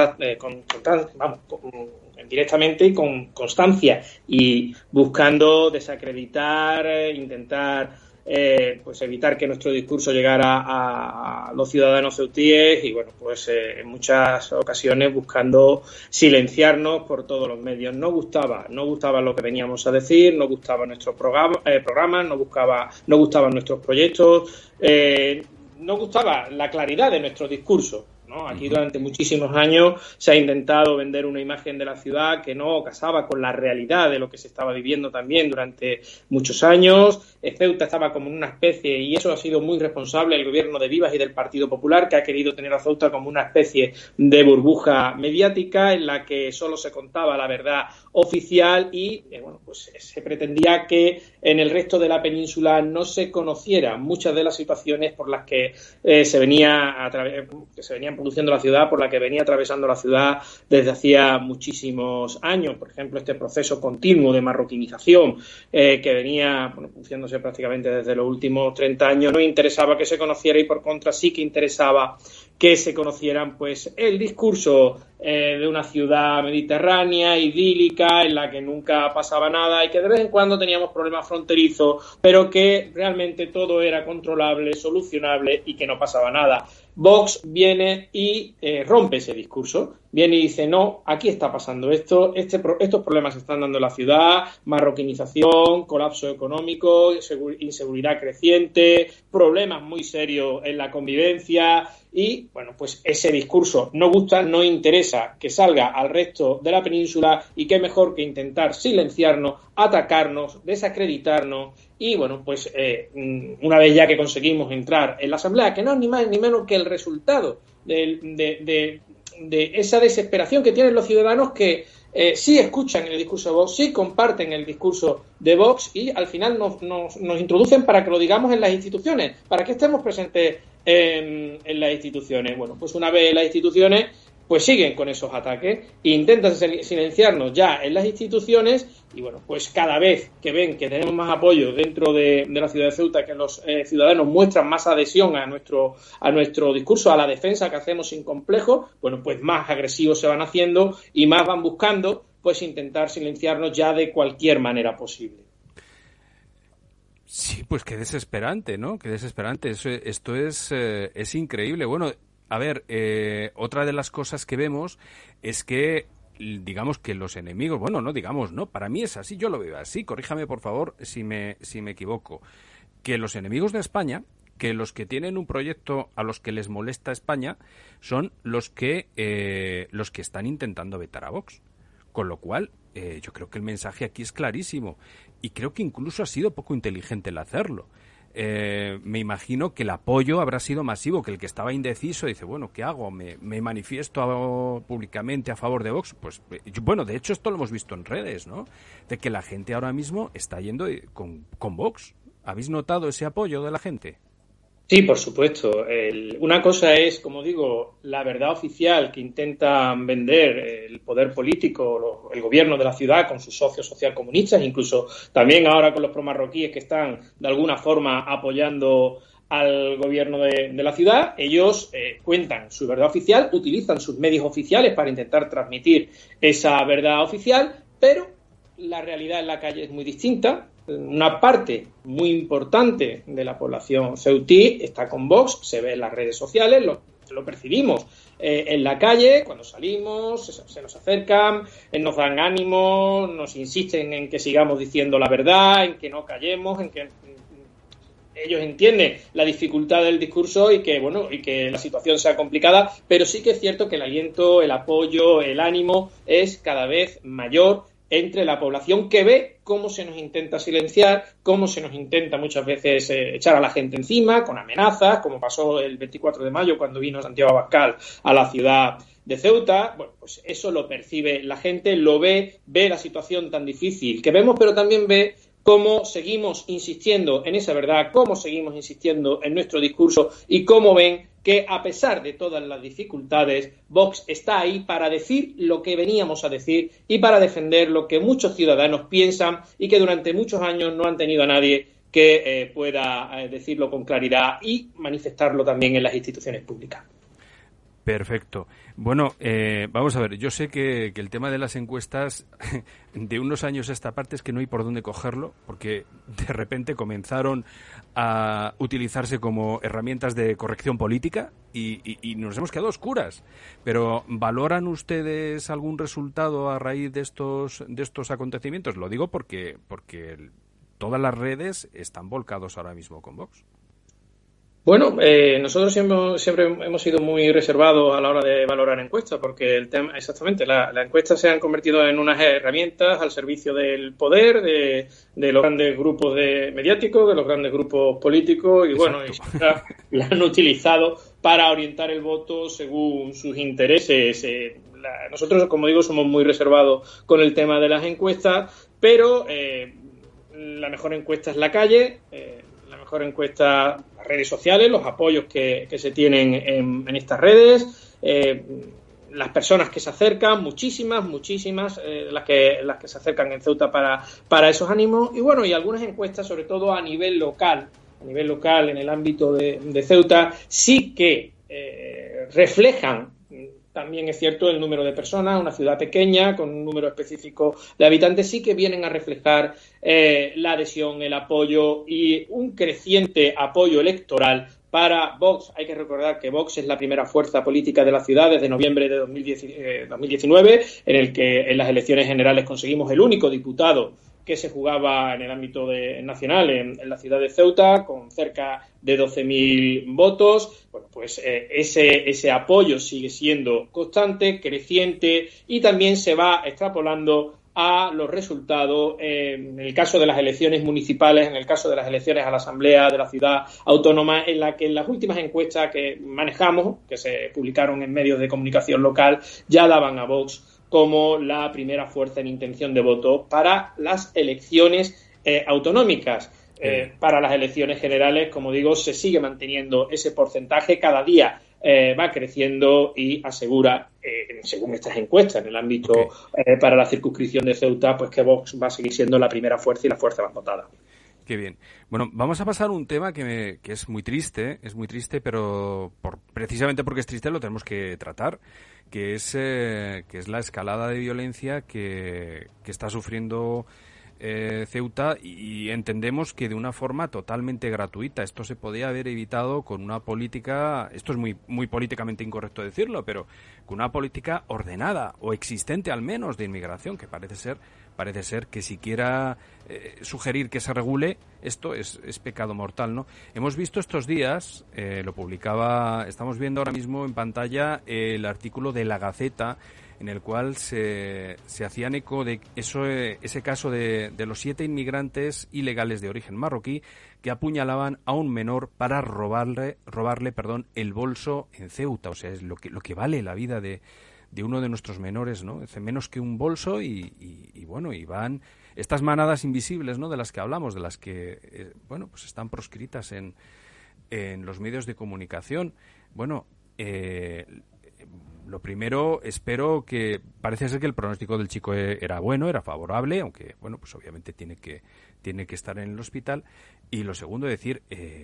directamente y con constancia, y buscando desacreditar, intentar pues evitar que nuestro discurso llegara a los ciudadanos ceutíes y bueno, pues en muchas ocasiones buscando silenciarnos por todos los medios. No gustaba lo que veníamos a decir, no gustaba nuestro programa, no gustaban nuestros proyectos, no gustaba la claridad de nuestro discurso, ¿no? Aquí durante muchísimos años se ha intentado vender una imagen de la ciudad que no casaba con la realidad de lo que se estaba viviendo también durante muchos años. Ceuta estaba como en una especie, y eso ha sido muy responsable el gobierno de Vivas y del Partido Popular, que ha querido tener a Ceuta como una especie de burbuja mediática en la que solo se contaba la verdad oficial y bueno, pues se pretendía que en el resto de la península no se conocieran muchas de las situaciones por las que se venían produciendo la ciudad, por la que venía atravesando la ciudad desde hacía muchísimos años. Por ejemplo, este proceso continuo de marroquinización que venía produciéndose prácticamente desde los últimos 30 años, no interesaba que se conociera, y por contra sí que interesaba que se conocieran pues el discurso de una ciudad mediterránea, idílica, en la que nunca pasaba nada y que de vez en cuando teníamos problemas fronterizos, pero que realmente todo era controlable, solucionable y que no pasaba nada. Vox viene y rompe ese discurso, viene y dice, no, aquí está pasando esto, estos problemas se están dando en la ciudad, marroquinización, colapso económico, inseguridad creciente, problemas muy serios en la convivencia y, bueno, pues ese discurso no gusta, no interesa que salga al resto de la península y qué mejor que intentar silenciarnos, atacarnos, desacreditarnos. Y bueno, pues una vez ya que conseguimos entrar en la Asamblea, que no es ni más ni menos que el resultado de esa desesperación que tienen los ciudadanos que sí escuchan el discurso de Vox, sí comparten el discurso de Vox y al final nos introducen para que lo digamos en las instituciones, para que estemos presentes en las instituciones. Bueno, pues una vez en las instituciones, pues siguen con esos ataques e intentan silenciarnos ya en las instituciones y bueno, pues cada vez que ven que tenemos más apoyo dentro de la ciudad de Ceuta, que los ciudadanos muestran más adhesión a nuestro discurso, a la defensa que hacemos sin complejo, bueno, pues más agresivos se van haciendo y más van buscando pues intentar silenciarnos ya de cualquier manera posible. Sí, pues qué desesperante, ¿no? Qué desesperante. Esto es increíble. Bueno, a ver, otra de las cosas que vemos es que, digamos que los enemigos, bueno, no digamos, no, para mí es así, yo lo veo así, corríjame por favor si me equivoco, que los enemigos de España, que los que tienen un proyecto a los que les molesta España, son los que están intentando vetar a Vox. Con lo cual, yo creo que el mensaje aquí es clarísimo y creo que incluso ha sido poco inteligente el hacerlo. Me imagino que el apoyo habrá sido masivo, que el que estaba indeciso dice, bueno, ¿qué hago? ¿Me manifiesto públicamente a favor de Vox? Pues, bueno, de hecho esto lo hemos visto en redes, ¿no? De que la gente ahora mismo está yendo con Vox. ¿Habéis notado ese apoyo de la gente? Sí, por supuesto. Una cosa es, como digo, la verdad oficial que intentan vender el poder político, el gobierno de la ciudad con sus socios socialcomunistas, incluso también ahora con los promarroquíes que están de alguna forma apoyando al gobierno de la ciudad. Ellos cuentan su verdad oficial, utilizan sus medios oficiales para intentar transmitir esa verdad oficial, pero la realidad en la calle es muy distinta. Una parte muy importante de la población ceutí está con Vox, se ve en las redes sociales, lo percibimos en la calle, cuando salimos, se nos acercan, nos dan ánimo, nos insisten en que sigamos diciendo la verdad, en que no callemos, en que ellos entienden la dificultad del discurso y que, bueno, y que la situación sea complicada, pero sí que es cierto que el aliento, el apoyo, el ánimo es cada vez mayor entre la población que ve cómo se nos intenta silenciar, cómo se nos intenta muchas veces echar a la gente encima, con amenazas, como pasó el 24 de mayo cuando vino Santiago Abascal a la ciudad de Ceuta. Bueno, pues eso lo percibe la gente, lo ve la situación tan difícil que vemos, pero también ve cómo seguimos insistiendo en esa verdad, cómo seguimos insistiendo en nuestro discurso y cómo ven que a pesar de todas las dificultades, Vox está ahí para decir lo que veníamos a decir y para defender lo que muchos ciudadanos piensan y que durante muchos años no han tenido a nadie que pueda decirlo con claridad y manifestarlo también en las instituciones públicas. Perfecto. Bueno, vamos a ver, yo sé que el tema de las encuestas de unos años a esta parte es que no hay por dónde cogerlo, porque de repente comenzaron a utilizarse como herramientas de corrección política y nos hemos quedado oscuras. Pero ¿valoran ustedes algún resultado a raíz de estos acontecimientos? Lo digo porque todas las redes están volcados ahora mismo con Vox. Bueno, nosotros siempre hemos sido muy reservados a la hora de valorar encuestas, porque el tema, exactamente, las encuestas se han convertido en unas herramientas al servicio del poder, de los grandes grupos mediáticos, de los grandes grupos políticos, y bueno, y la han utilizado para orientar el voto según sus intereses. Nosotros, como digo, somos muy reservados con el tema de las encuestas, pero la mejor encuesta es la calle. La mejor encuesta, las redes sociales, los apoyos que se tienen en estas redes, las personas que se acercan, muchísimas, las que se acercan en Ceuta para esos ánimos, y bueno, y algunas encuestas, sobre todo a nivel local en el ámbito de Ceuta, sí que reflejan, también es cierto, el número de personas, una ciudad pequeña con un número específico de habitantes, sí que vienen a reflejar la adhesión, el apoyo y un creciente apoyo electoral para Vox. Hay que recordar que Vox es la primera fuerza política de la ciudad desde noviembre de 2019, en el que en las elecciones generales conseguimos el único diputado que se jugaba en el ámbito nacional en la ciudad de Ceuta, con cerca de 12.000 votos. Bueno, pues ese apoyo sigue siendo constante, creciente, y también se va extrapolando a los resultados en el caso de las elecciones municipales, en el caso de las elecciones a la Asamblea de la Ciudad Autónoma, en la que en las últimas encuestas que manejamos, que se publicaron en medios de comunicación local, ya daban a Vox como la primera fuerza en intención de voto para las elecciones autonómicas. Para las elecciones generales, como digo, se sigue manteniendo ese porcentaje, cada día va creciendo y asegura, según estas encuestas en el ámbito para la circunscripción de Ceuta, pues que Vox va a seguir siendo la primera fuerza y la fuerza más votada. Qué bien. Bueno, vamos a pasar a un tema que es muy triste, pero precisamente porque es triste lo tenemos que tratar, que es la escalada de violencia que está sufriendo Ceuta, y entendemos que de una forma totalmente gratuita. Esto se podía haber evitado con una política, esto es muy, muy políticamente incorrecto decirlo, pero con una política ordenada o existente al menos de inmigración, que parece ser que siquiera sugerir que se regule esto es pecado mortal, ¿no? Hemos visto estos días, estamos viendo ahora mismo en pantalla el artículo de La Gaceta, en el cual se hacían eco de ese caso de los 7 inmigrantes ilegales de origen marroquí que apuñalaban a un menor para robarle el bolso en Ceuta. O sea, es lo que vale la vida de uno de nuestros menores, ¿no? Es menos que un bolso y van estas manadas invisibles, ¿no? De las que hablamos, de las que pues están proscritas en los medios de comunicación. Bueno, lo primero, espero que, parece ser que el pronóstico del chico era bueno, era favorable, aunque, pues obviamente tiene que estar en el hospital. Y lo segundo, decir,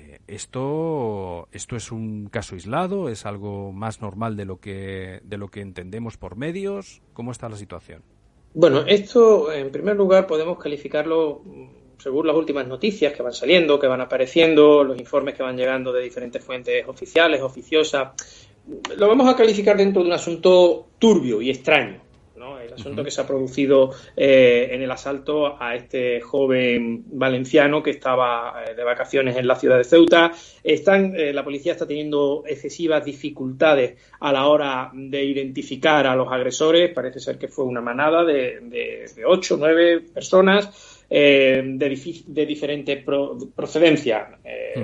esto es un caso aislado, es algo más normal de lo que entendemos por medios. ¿Cómo está la situación? Bueno, esto, en primer lugar, podemos calificarlo según las últimas noticias que van saliendo, que van apareciendo, los informes que van llegando de diferentes fuentes oficiales, oficiosas. Lo vamos a calificar dentro de un asunto turbio y extraño, ¿no? El asunto que se ha producido en el asalto a este joven valenciano que estaba de vacaciones en la ciudad de Ceuta. La policía está teniendo excesivas dificultades a la hora de identificar a los agresores. Parece ser que fue una manada de 8 o 9 personas de diferente procedencia.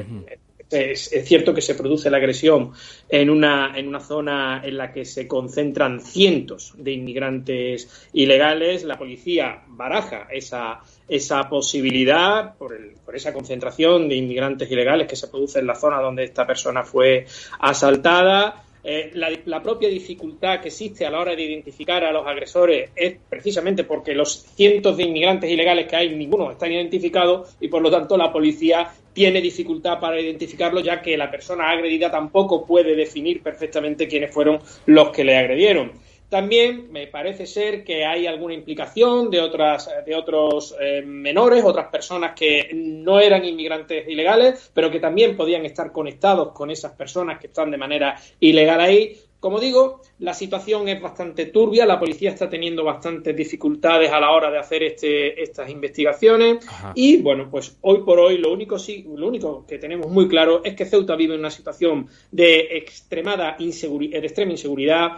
Es cierto que se produce la agresión en una zona en la que se concentran cientos de inmigrantes ilegales. La policía baraja esa posibilidad por esa concentración de inmigrantes ilegales que se produce en la zona donde esta persona fue asaltada. La propia dificultad que existe a la hora de identificar a los agresores es precisamente porque los cientos de inmigrantes ilegales que hay, ninguno están identificados, y por lo tanto la policía tiene dificultad para identificarlo, ya que la persona agredida tampoco puede definir perfectamente quiénes fueron los que le agredieron. También me parece ser que hay alguna implicación de otros menores, otras personas que no eran inmigrantes ilegales, pero que también podían estar conectados con esas personas que están de manera ilegal ahí. Como digo, la situación es bastante turbia, la policía está teniendo bastantes dificultades a la hora de hacer estas investigaciones. Ajá. Y bueno, pues hoy por hoy lo único que tenemos muy claro es que Ceuta vive en una situación de extrema inseguridad,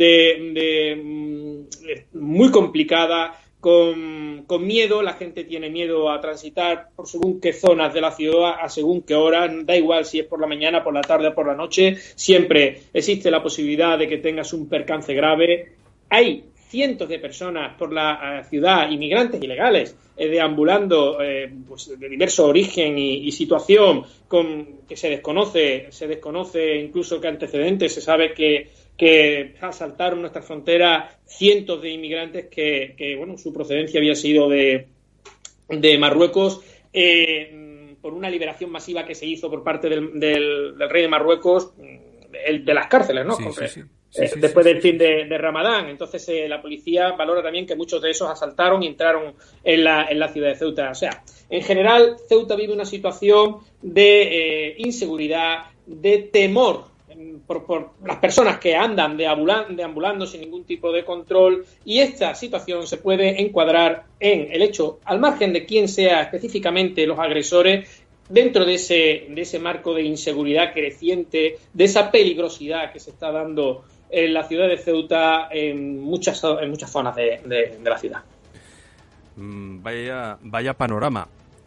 muy complicada, con miedo. La gente tiene miedo a transitar por según qué zonas de la ciudad, a según qué horas, da igual si es por la mañana, por la tarde o por la noche, siempre existe la posibilidad de que tengas un percance grave. Hay cientos de personas por la ciudad, inmigrantes ilegales, deambulando pues de diverso origen y situación, que se desconoce incluso qué antecedentes. Se sabe que asaltaron nuestra frontera cientos de inmigrantes que bueno, su procedencia había sido de Marruecos, por una liberación masiva que se hizo por parte del rey de Marruecos. de las cárceles, ¿no? Después del fin de Ramadán. Entonces la policía valora también que muchos de esos asaltaron y entraron en la ciudad de Ceuta. O sea, en general, Ceuta vive una situación de inseguridad, de temor por las personas que andan deambulando sin ningún tipo de control, y esta situación se puede encuadrar en el hecho, al margen de quién sea específicamente los agresores, dentro de ese marco de inseguridad creciente, de esa peligrosidad que se está dando en la ciudad de Ceuta en muchas zonas de la ciudad. Vaya panorama.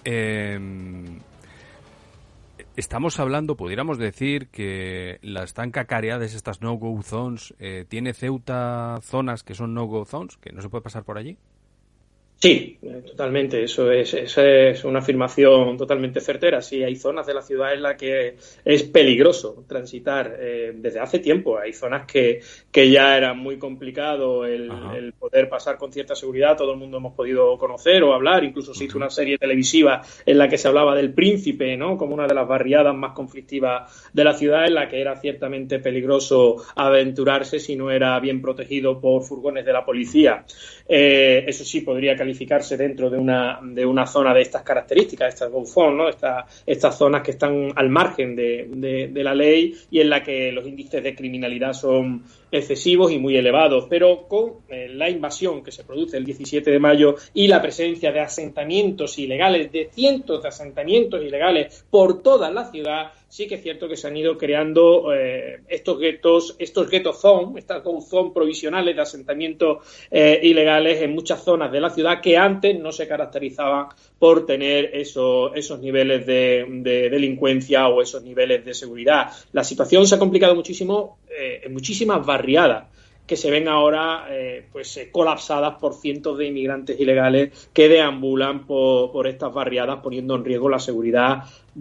Estamos hablando, pudiéramos decir, que las tan cacareadas, estas no-go zones, ¿tiene Ceuta zonas que son no-go zones, que no se puede pasar por allí? Sí, totalmente. Esa es una afirmación totalmente certera. Sí, hay zonas de la ciudad en las que es peligroso transitar desde hace tiempo. Hay zonas que ya era muy complicado el poder pasar con cierta seguridad. Todo el mundo hemos podido conocer o hablar. Incluso se hizo una serie televisiva en la que se hablaba del Príncipe, ¿no? Como una de las barriadas más conflictivas de la ciudad, en la que era ciertamente peligroso aventurarse si no era bien protegido por furgones de la policía. Eso sí podría calificarse dentro de una zona de estas características, estas go zone, ¿no? Estas zonas que están al margen de la ley y en la que los índices de criminalidad son excesivos y muy elevados, pero con la invasión que se produce el 17 de mayo y la presencia de asentamientos ilegales, de cientos de asentamientos ilegales por toda la ciudad, sí que es cierto que se han ido creando estos ghetto zone, estas go zone provisionales de asentamientos ilegales en muchas zonas de la ciudad que antes no se caracterizaban por tener esos niveles de delincuencia o esos niveles de seguridad. La situación se ha complicado muchísimo en muchísimas barriadas que se ven ahora colapsadas por cientos de inmigrantes ilegales que deambulan por estas barriadas, poniendo en riesgo la seguridad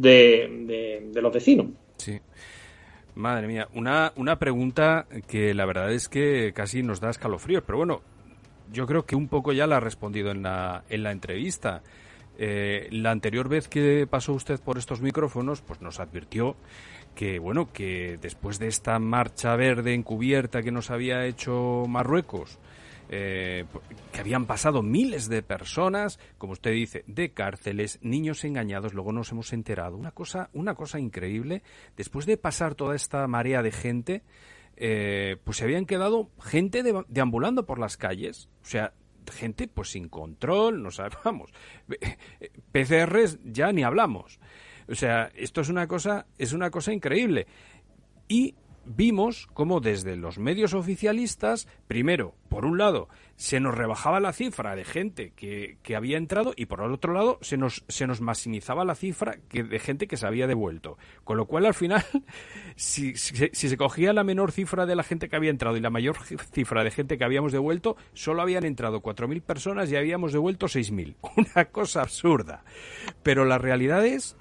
de los vecinos. Sí. Madre mía, una pregunta que la verdad es que casi nos da escalofríos, pero bueno, yo creo que un poco ya la ha respondido en la entrevista. La anterior vez que pasó usted por estos micrófonos, pues nos advirtió que después de esta marcha verde encubierta que nos había hecho Marruecos, que habían pasado miles de personas, como usted dice, de cárceles, niños engañados, luego nos hemos enterado. Una cosa increíble. Después de pasar toda esta marea de gente, pues se habían quedado gente deambulando por las calles, o sea, gente pues sin control, no sabemos. PCRs ya ni hablamos. O sea, esto es una cosa increíble. Y vimos cómo desde los medios oficialistas, primero, por un lado, se nos rebajaba la cifra de gente que había entrado y por el otro lado se nos maximizaba la cifra de gente que se había devuelto. Con lo cual, al final, si se cogía la menor cifra de la gente que había entrado y la mayor cifra de gente que habíamos devuelto, solo habían entrado 4.000 personas y habíamos devuelto 6.000. Una cosa absurda. Pero la realidad es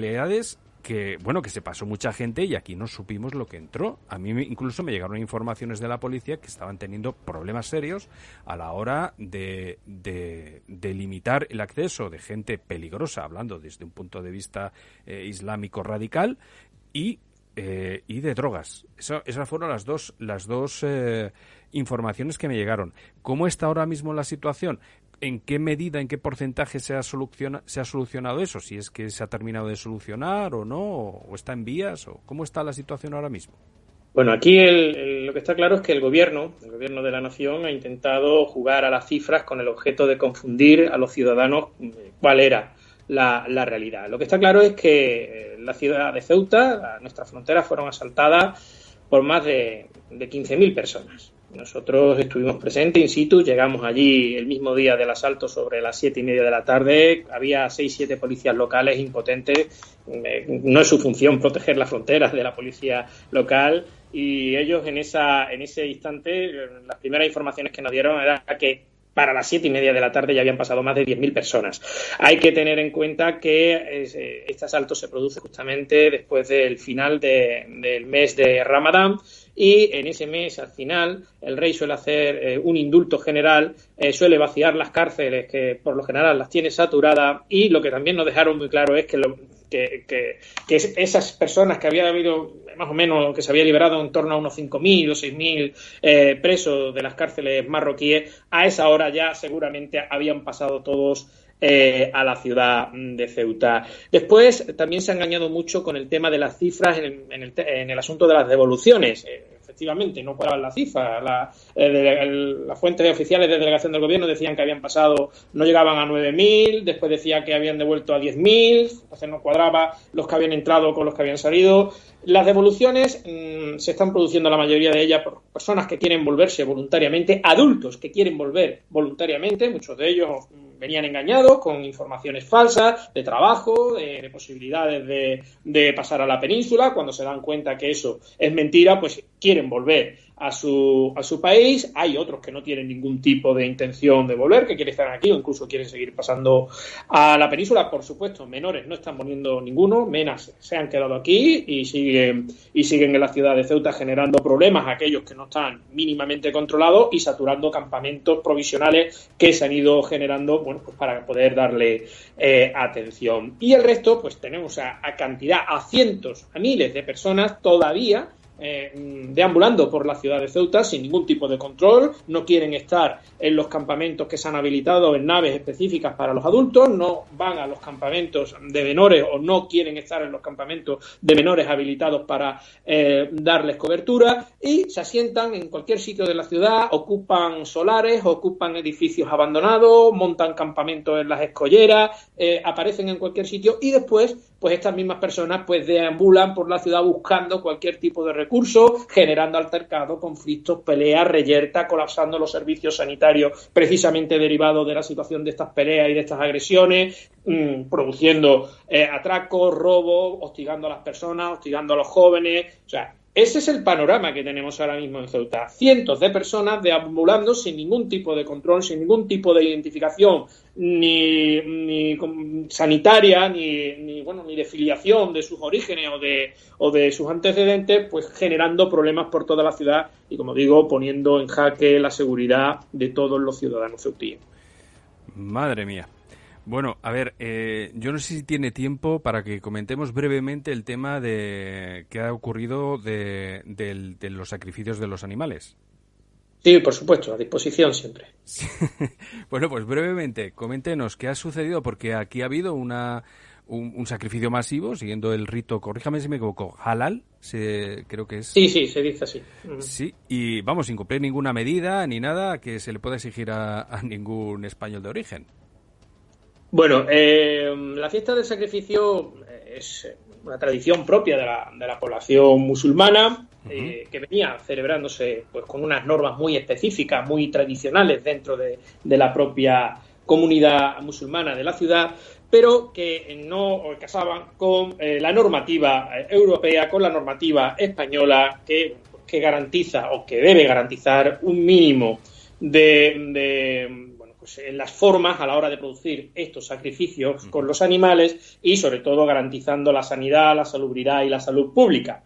que se pasó mucha gente y aquí no supimos lo que entró. A mí incluso me llegaron informaciones de la policía que estaban teniendo problemas serios a la hora de limitar el acceso de gente peligrosa, hablando desde un punto de vista islámico radical y de drogas. Esas fueron las dos informaciones que me llegaron. ¿Cómo está ahora mismo la situación? ¿En qué medida, en qué porcentaje se ha solucionado eso? Si es que se ha terminado de solucionar o no, o está en vías, o cómo está la situación ahora mismo. Bueno, aquí lo que está claro es que el gobierno de la nación ha intentado jugar a las cifras con el objeto de confundir a los ciudadanos cuál era la realidad. Lo que está claro es que la ciudad de Ceuta, nuestras fronteras, fueron asaltadas por más de 15.000 personas. Nosotros estuvimos presentes in situ, llegamos allí el mismo día del asalto sobre las 7:30 de la tarde, había 6-7 policías locales impotentes, no es su función proteger las fronteras de la policía local y ellos en ese instante, las primeras informaciones que nos dieron era que para las 7:30 de la tarde ya habían pasado más de 10.000 personas. Hay que tener en cuenta que este asalto se produce justamente después del final del mes de Ramadán y en ese mes, al final, el rey suele hacer un indulto general, suele vaciar las cárceles, que por lo general las tiene saturadas, y lo que también nos dejaron muy claro es que esas personas que había habido, más o menos, que se había liberado en torno a unos 5.000 o 6.000 presos de las cárceles marroquíes, a esa hora ya seguramente habían pasado todos a la ciudad de Ceuta. Después también se ha engañado mucho con el tema de las cifras en el asunto de las devoluciones. Efectivamente, no cuadraban las cifras. Las fuentes oficiales de delegación del gobierno decían que habían pasado, no llegaban a 9.000, después decía que habían devuelto a 10.000, entonces no cuadraba los que habían entrado con los que habían salido. Las devoluciones se están produciendo, la mayoría de ellas, por personas que quieren volverse voluntariamente, adultos que quieren volver voluntariamente, muchos de ellos venían engañados con informaciones falsas de trabajo, de posibilidades de pasar a la península. Cuando se dan cuenta que eso es mentira, pues quieren volver a su país. Hay otros que no tienen ningún tipo de intención de volver, que quieren estar aquí o incluso quieren seguir pasando a la península. Por supuesto, menores no están poniendo ninguno, menas se han quedado aquí y siguen en la ciudad de Ceuta generando problemas a aquellos que no están mínimamente controlados y saturando campamentos provisionales que se han ido generando, bueno, pues para poder darle atención. Y el resto, pues tenemos a cantidad, a cientos, a miles de personas todavía deambulando por la ciudad de Ceuta sin ningún tipo de control. No quieren estar en los campamentos que se han habilitado en naves específicas para los adultos, no van a los campamentos de menores o no quieren estar en los campamentos de menores habilitados para darles cobertura, y se asientan en cualquier sitio de la ciudad, ocupan solares, ocupan edificios abandonados, montan campamentos en las escolleras, aparecen en cualquier sitio, y después pues estas mismas personas pues deambulan por la ciudad buscando cualquier tipo de recurso, generando altercados, conflictos, peleas, reyerta, colapsando los servicios sanitarios precisamente derivados de la situación de estas peleas y de estas agresiones, produciendo atracos, robos, hostigando a las personas, hostigando a los jóvenes. O sea, ese es el panorama que tenemos ahora mismo en Ceuta. Cientos de personas deambulando sin ningún tipo de control, sin ningún tipo de identificación ni sanitaria, ni de filiación de sus orígenes o de sus antecedentes, pues generando problemas por toda la ciudad y, como digo, poniendo en jaque la seguridad de todos los ciudadanos ceutíes. Madre mía. Bueno, a ver, yo no sé si tiene tiempo para que comentemos brevemente el tema de qué ha ocurrido de los sacrificios de los animales. Sí, por supuesto, a disposición siempre. Sí. Bueno, pues brevemente, coméntenos qué ha sucedido, porque aquí ha habido un sacrificio masivo, siguiendo el rito, corríjame si me equivoco, halal, creo que es. Sí, se dice así. Sí, y vamos, sin cumplir ninguna medida ni nada que se le pueda exigir a ningún español de origen. Bueno, la fiesta del sacrificio es una tradición propia de la población musulmana, que venía celebrándose pues con unas normas muy específicas, muy tradicionales dentro de la propia comunidad musulmana de la ciudad, pero que no casaban con la normativa europea, con la normativa española que garantiza o que debe garantizar un mínimo en las formas a la hora de producir estos sacrificios con los animales y, sobre todo, garantizando la sanidad, la salubridad y la salud pública.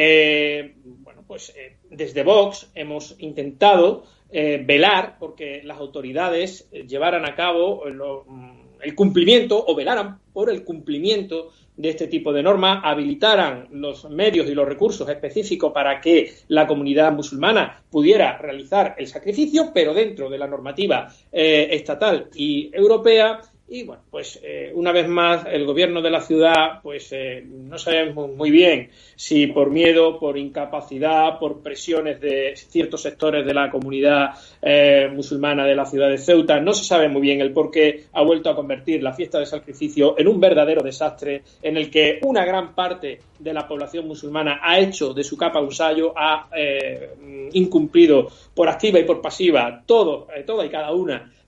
Desde Vox hemos intentado velar porque las autoridades llevaran a cabo el cumplimiento o velaran por el cumplimiento de este tipo de normas, habilitaran los medios y los recursos específicos para que la comunidad musulmana pudiera realizar el sacrificio, pero dentro de la normativa estatal y europea. Y bueno, pues una vez más el gobierno de la ciudad, pues no sabemos muy bien si por miedo, por incapacidad, por presiones de ciertos sectores de la comunidad musulmana de la ciudad de Ceuta, no se sabe muy bien el por qué ha vuelto a convertir la fiesta de sacrificio en un verdadero desastre en el que una gran parte de la población musulmana ha hecho de su capa un sayo, ha incumplido por activa y por pasiva toda y cada una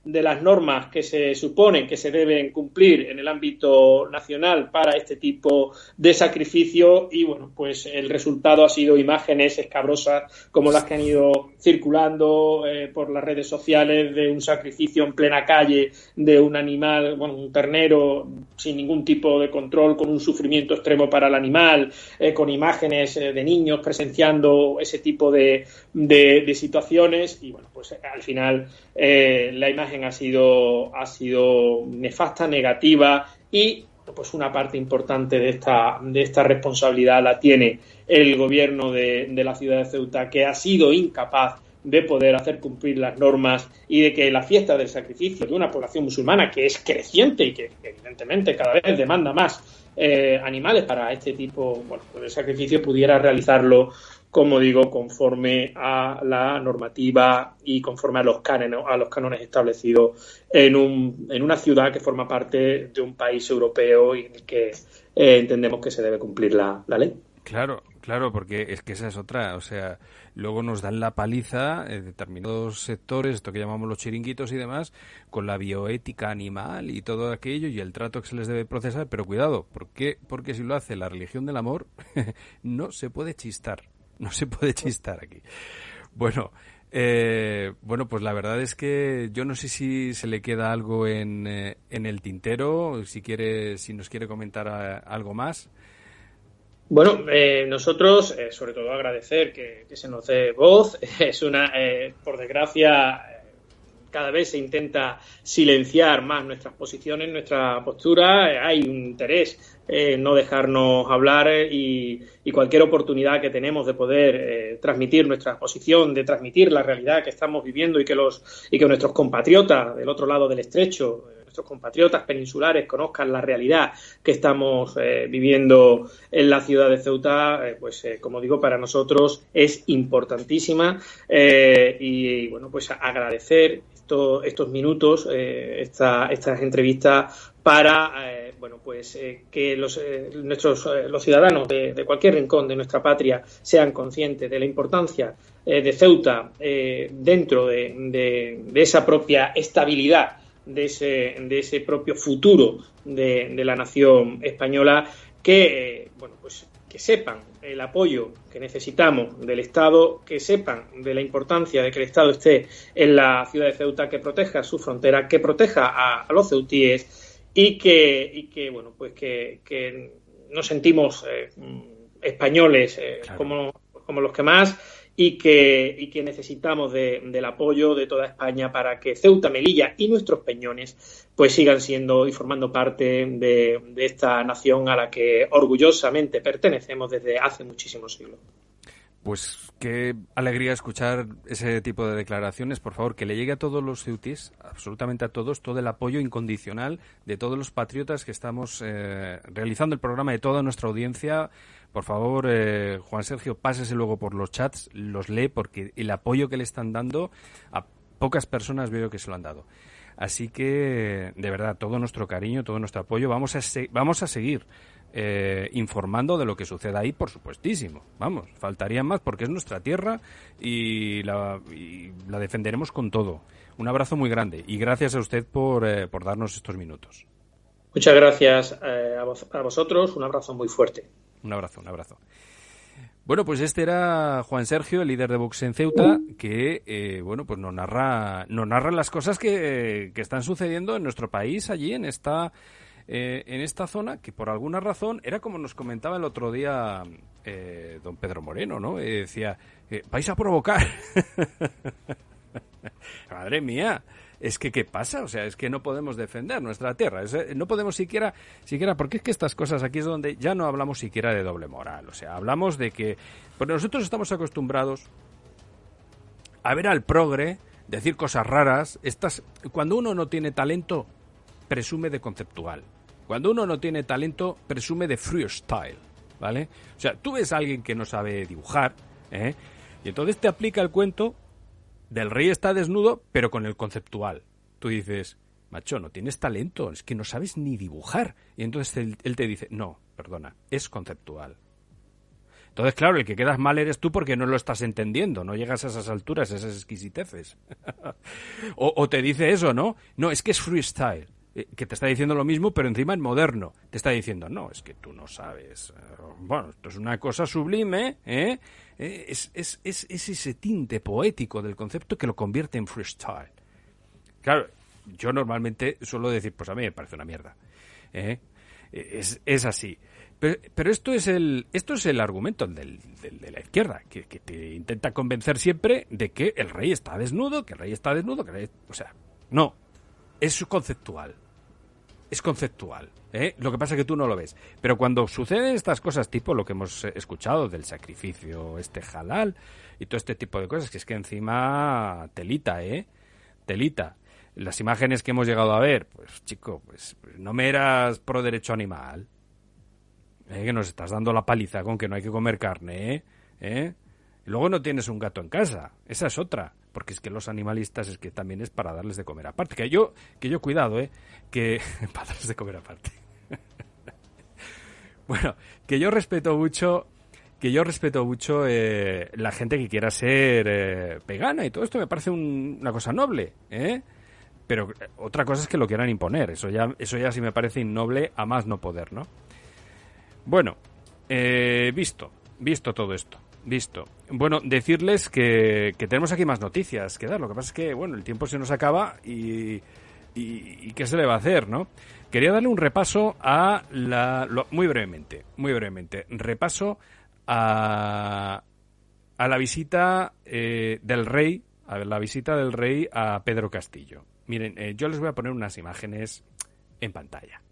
las normas que se supone que se deben cumplir en el ámbito nacional para este tipo de sacrificio y, bueno, pues el resultado ha sido imágenes escabrosas como las que han ido circulando por las redes sociales de un sacrificio en plena calle de un animal, bueno, un ternero sin ningún tipo de control, con un sufrimiento extremo para el animal, con imágenes de niños presenciando ese tipo de situaciones y, bueno, pues al final la imagen ha sido nefasta, negativa y pues una parte importante de esta responsabilidad la tiene el gobierno de la ciudad de Ceuta, que ha sido incapaz de poder hacer cumplir las normas y de que la fiesta del sacrificio de una población musulmana que es creciente y que evidentemente cada vez demanda más animales para este tipo de sacrificio pudiera realizarlo, como digo, conforme a la normativa y conforme a los cánones establecidos en una ciudad que forma parte de un país europeo y en el que entendemos que se debe cumplir la ley. Claro, porque es que esa es otra, o sea, luego nos dan la paliza determinados sectores, esto que llamamos los chiringuitos y demás, con la bioética animal y todo aquello y el trato que se les debe procesar, pero cuidado, ¿por qué? Porque si lo hace la religión del amor, no se puede chistar aquí. Bueno, pues la verdad es que yo no sé si se le queda algo en el tintero, si nos quiere comentar algo más. Bueno, nosotros, sobre todo agradecer que se nos dé voz. Es por desgracia, cada vez se intenta silenciar más nuestras posiciones, nuestra postura. Hay un interés en no dejarnos hablar y cualquier oportunidad que tenemos de poder transmitir nuestra posición, de transmitir la realidad que estamos viviendo y que nuestros compatriotas del otro lado del estrecho, nuestros compatriotas peninsulares conozcan la realidad que estamos viviendo en la ciudad de Ceuta, como digo, para nosotros es importantísima y bueno, pues agradecer estos minutos, estas entrevistas para que los ciudadanos de cualquier rincón de nuestra patria sean conscientes de la importancia de Ceuta dentro de esa propia estabilidad, de ese propio futuro de la nación española, que sepan el apoyo que necesitamos del Estado, que sepan de la importancia de que el Estado esté en la ciudad de Ceuta, que proteja su frontera, que proteja a los ceutíes y que nos sentimos españoles claro, como los que más y que necesitamos del apoyo de toda España para que Ceuta, Melilla y nuestros peñones pues sigan siendo y formando parte de esta nación a la que orgullosamente pertenecemos desde hace muchísimos siglos. Pues qué alegría escuchar ese tipo de declaraciones. Por favor, que le llegue a todos los ceutíes, absolutamente a todos, todo el apoyo incondicional de todos los patriotas que estamos realizando el programa, de toda nuestra audiencia. Por favor, Juan Sergio, pásese luego por los chats, los lee, porque el apoyo que le están dando a pocas personas veo que se lo han dado. Así que, de verdad, todo nuestro cariño, todo nuestro apoyo. Vamos a seguir informando de lo que suceda ahí, por supuestísimo. Vamos, faltaría más porque es nuestra tierra y la defenderemos con todo. Un abrazo muy grande y gracias a usted por darnos estos minutos. Muchas gracias a vosotros. Un abrazo muy fuerte. Un abrazo. Bueno, pues este era Juan Sergio, el líder de Vox en Ceuta, que pues nos narra las cosas que están sucediendo en nuestro país, allí en esta zona, que por alguna razón era como nos comentaba el otro día don Pedro Moreno, ¿no? Decía, vais a provocar. Madre mía. Es que, ¿qué pasa? O sea, es que no podemos defender nuestra tierra. No podemos siquiera, porque es que estas cosas aquí es donde ya no hablamos siquiera de doble moral. O sea, hablamos de que... Pues nosotros estamos acostumbrados a ver al progre decir cosas raras. Cuando uno no tiene talento, presume de conceptual. Cuando uno no tiene talento, presume de freestyle, ¿vale? O sea, tú ves a alguien que no sabe dibujar, y entonces te aplica el cuento del rey está desnudo, pero con el conceptual. Tú dices, macho, no tienes talento, es que no sabes ni dibujar. Y entonces él te dice, no, perdona, es conceptual. Entonces, claro, el que quedas mal eres tú porque no lo estás entendiendo, no llegas a esas alturas, a esas exquisiteces. o te dice eso, ¿no? No, es que es freestyle, que te está diciendo lo mismo, pero encima en moderno. Te está diciendo, no, es que tú no sabes. Bueno, esto es una cosa sublime, ¿eh? Es ese tinte poético del concepto que lo convierte en freestyle. Claro, yo normalmente suelo decir, pues a mí me parece una mierda. Es así. Pero esto es el argumento de la izquierda, que te intenta convencer siempre de que el rey está desnudo, o sea, no, es conceptual. Es conceptual, ¿eh? Lo que pasa es que tú no lo ves. Pero cuando suceden estas cosas, tipo lo que hemos escuchado del sacrificio halal y todo este tipo de cosas, que es que encima telita, telita. Las imágenes que hemos llegado a ver, pues chico, pues no me eras pro derecho animal, que nos estás dando la paliza con que no hay que comer carne, y luego no tienes un gato en casa, esa es otra, porque es que los animalistas es que también es para darles de comer aparte, que yo cuidado, que para darles de comer aparte. Bueno, que yo respeto mucho la gente que quiera ser vegana y todo esto me parece una cosa noble, pero otra cosa es que lo quieran imponer, eso ya sí me parece innoble a más no poder, ¿no? Bueno, visto todo esto, visto. Bueno, decirles que tenemos aquí más noticias que dar. Lo que pasa es que, bueno, el tiempo se nos acaba y ¿qué se le va a hacer, no? Quería darle un repaso muy brevemente, repaso a la visita del rey, a Pedro Castillo. Miren, yo les voy a poner unas imágenes en pantalla.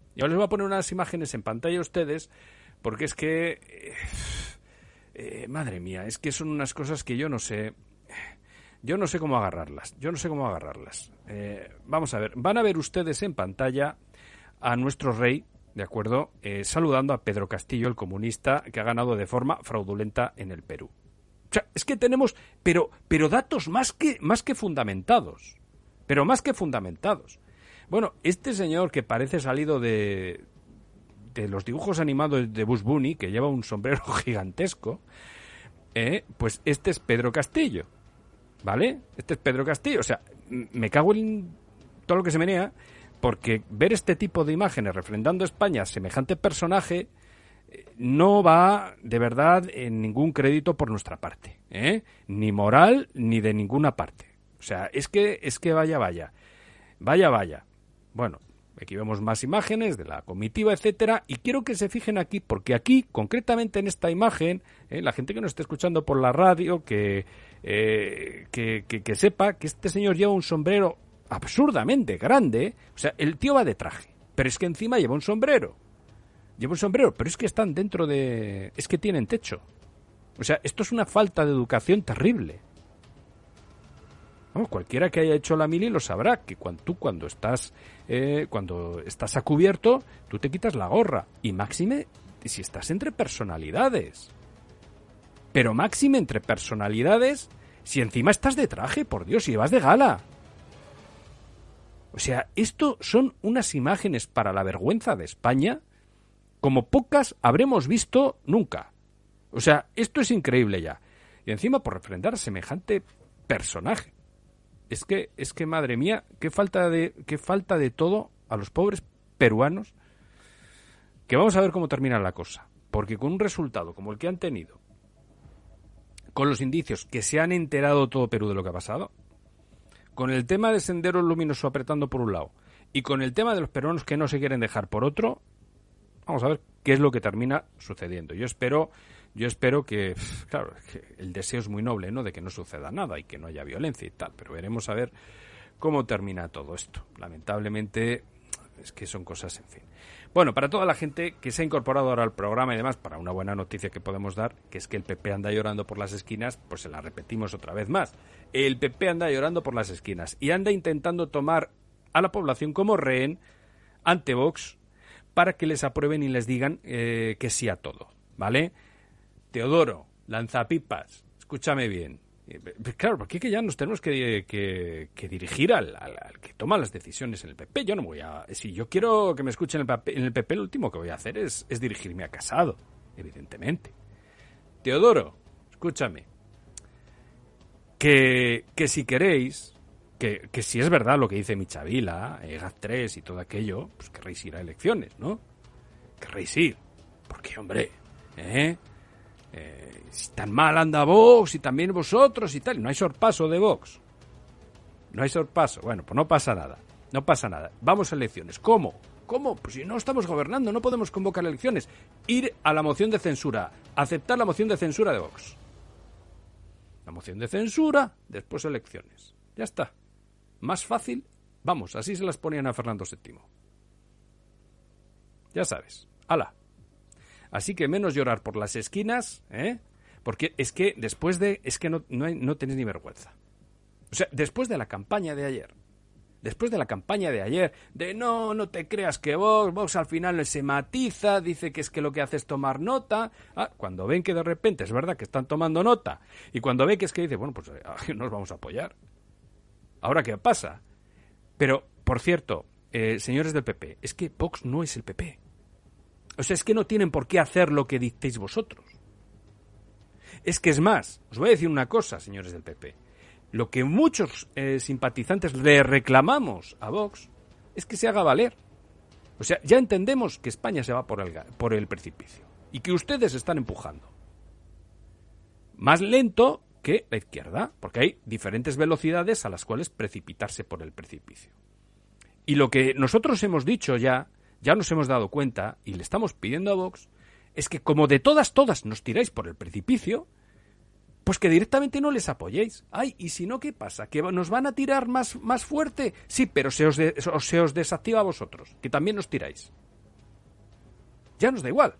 A ustedes, porque es que madre mía, es que son unas cosas que yo no sé cómo agarrarlas. Vamos a ver, van a ver ustedes en pantalla a nuestro rey, ¿de acuerdo? Saludando a Pedro Castillo, el comunista que ha ganado de forma fraudulenta en el Perú. O sea, es que tenemos, pero datos más que fundamentados. Pero más que fundamentados. Bueno, este señor que parece salido de los dibujos animados de Bugs Bunny, que lleva un sombrero gigantesco, pues este es Pedro Castillo, ¿vale? Este es Pedro Castillo, o sea, me cago en todo lo que se menea, porque ver este tipo de imágenes refrendando España, semejante personaje, no va de verdad en ningún crédito por nuestra parte, ni moral ni de ninguna parte. O sea, es que vaya. Bueno, aquí vemos más imágenes de la comitiva, etcétera, y quiero que se fijen aquí, porque aquí, concretamente en esta imagen, la gente que nos esté escuchando por la radio, que sepa que este señor lleva un sombrero absurdamente grande, o sea, el tío va de traje, pero es que encima lleva un sombrero, pero es que están dentro de... es que tienen techo. O sea, esto es una falta de educación terrible. Vamos, cualquiera que haya hecho la mili lo sabrá, que cuando estás a cubierto, tú te quitas la gorra. Y máxime si estás entre personalidades. Pero máxime entre personalidades si encima estás de traje, por Dios, si vas de gala. O sea, esto son unas imágenes para la vergüenza de España como pocas habremos visto nunca. O sea, esto es increíble ya. Y encima por refrendar semejante personaje. Es que madre mía, qué falta de todo a los pobres peruanos, que vamos a ver cómo termina la cosa, porque con un resultado como el que han tenido, con los indicios que se han enterado todo Perú de lo que ha pasado, con el tema de Sendero Luminoso apretando por un lado y con el tema de los peruanos que no se quieren dejar por otro, vamos a ver qué es lo que termina sucediendo. Yo espero que, claro, que el deseo es muy noble, ¿no?, de que no suceda nada y que no haya violencia y tal, pero veremos a ver cómo termina todo esto. Lamentablemente, es que son cosas, en fin. Bueno, para toda la gente que se ha incorporado ahora al programa y demás, para una buena noticia que podemos dar, que es que el PP anda llorando por las esquinas, pues se la repetimos otra vez más. El PP anda llorando por las esquinas y anda intentando tomar a la población como rehén ante Vox para que les aprueben y les digan que sí a todo, ¿vale? Teodoro, lanzapipas, escúchame bien. Claro, porque es que ya nos tenemos que dirigir al que toma las decisiones en el PP. Yo no voy a... Si yo quiero que me escuchen en el PP, lo último que voy a hacer es dirigirme a Casado, evidentemente. Teodoro, escúchame. Que si queréis, que si es verdad lo que dice Michavila, GAT3 y todo aquello, pues querréis ir a elecciones, ¿no? Querréis ir. Porque, hombre, si tan mal anda Vox y también vosotros y tal, no hay sorpaso de Vox. No hay sorpaso. Bueno, pues no pasa nada. No pasa nada. Vamos a elecciones. ¿Cómo? ¿Cómo? Pues si no estamos gobernando, no podemos convocar elecciones. Ir a la moción de censura. Aceptar la moción de censura de Vox. La moción de censura, después elecciones. Ya está. Más fácil. Vamos, así se las ponían a Fernando VII. Ya sabes. ¡Hala! Así que menos llorar por las esquinas, porque es que después de... Es que no tenéis ni vergüenza. O sea, después de la campaña de ayer, de no te creas que Vox al final se matiza, dice que es que lo que hace es tomar nota, cuando ven que de repente es verdad que están tomando nota, y cuando ven que es que dice, bueno, pues nos vamos a apoyar. ¿Ahora qué pasa? Pero, por cierto, señores del PP, es que Vox no es el PP. O sea, es que no tienen por qué hacer lo que dictéis vosotros. Es que es más, os voy a decir una cosa, señores del PP. Lo que muchos simpatizantes le reclamamos a Vox es que se haga valer. O sea, ya entendemos que España se va por el precipicio y que ustedes están empujando. Más lento que la izquierda, porque hay diferentes velocidades a las cuales precipitarse por el precipicio. Y lo que nosotros hemos dicho ya nos hemos dado cuenta y le estamos pidiendo a Vox es que como de todas nos tiráis por el precipicio, pues que directamente no les apoyéis. Ay, ¿y si no qué pasa? ¿Que nos van a tirar más fuerte? Sí, pero se os desactiva a vosotros, que también nos tiráis. Ya nos da igual.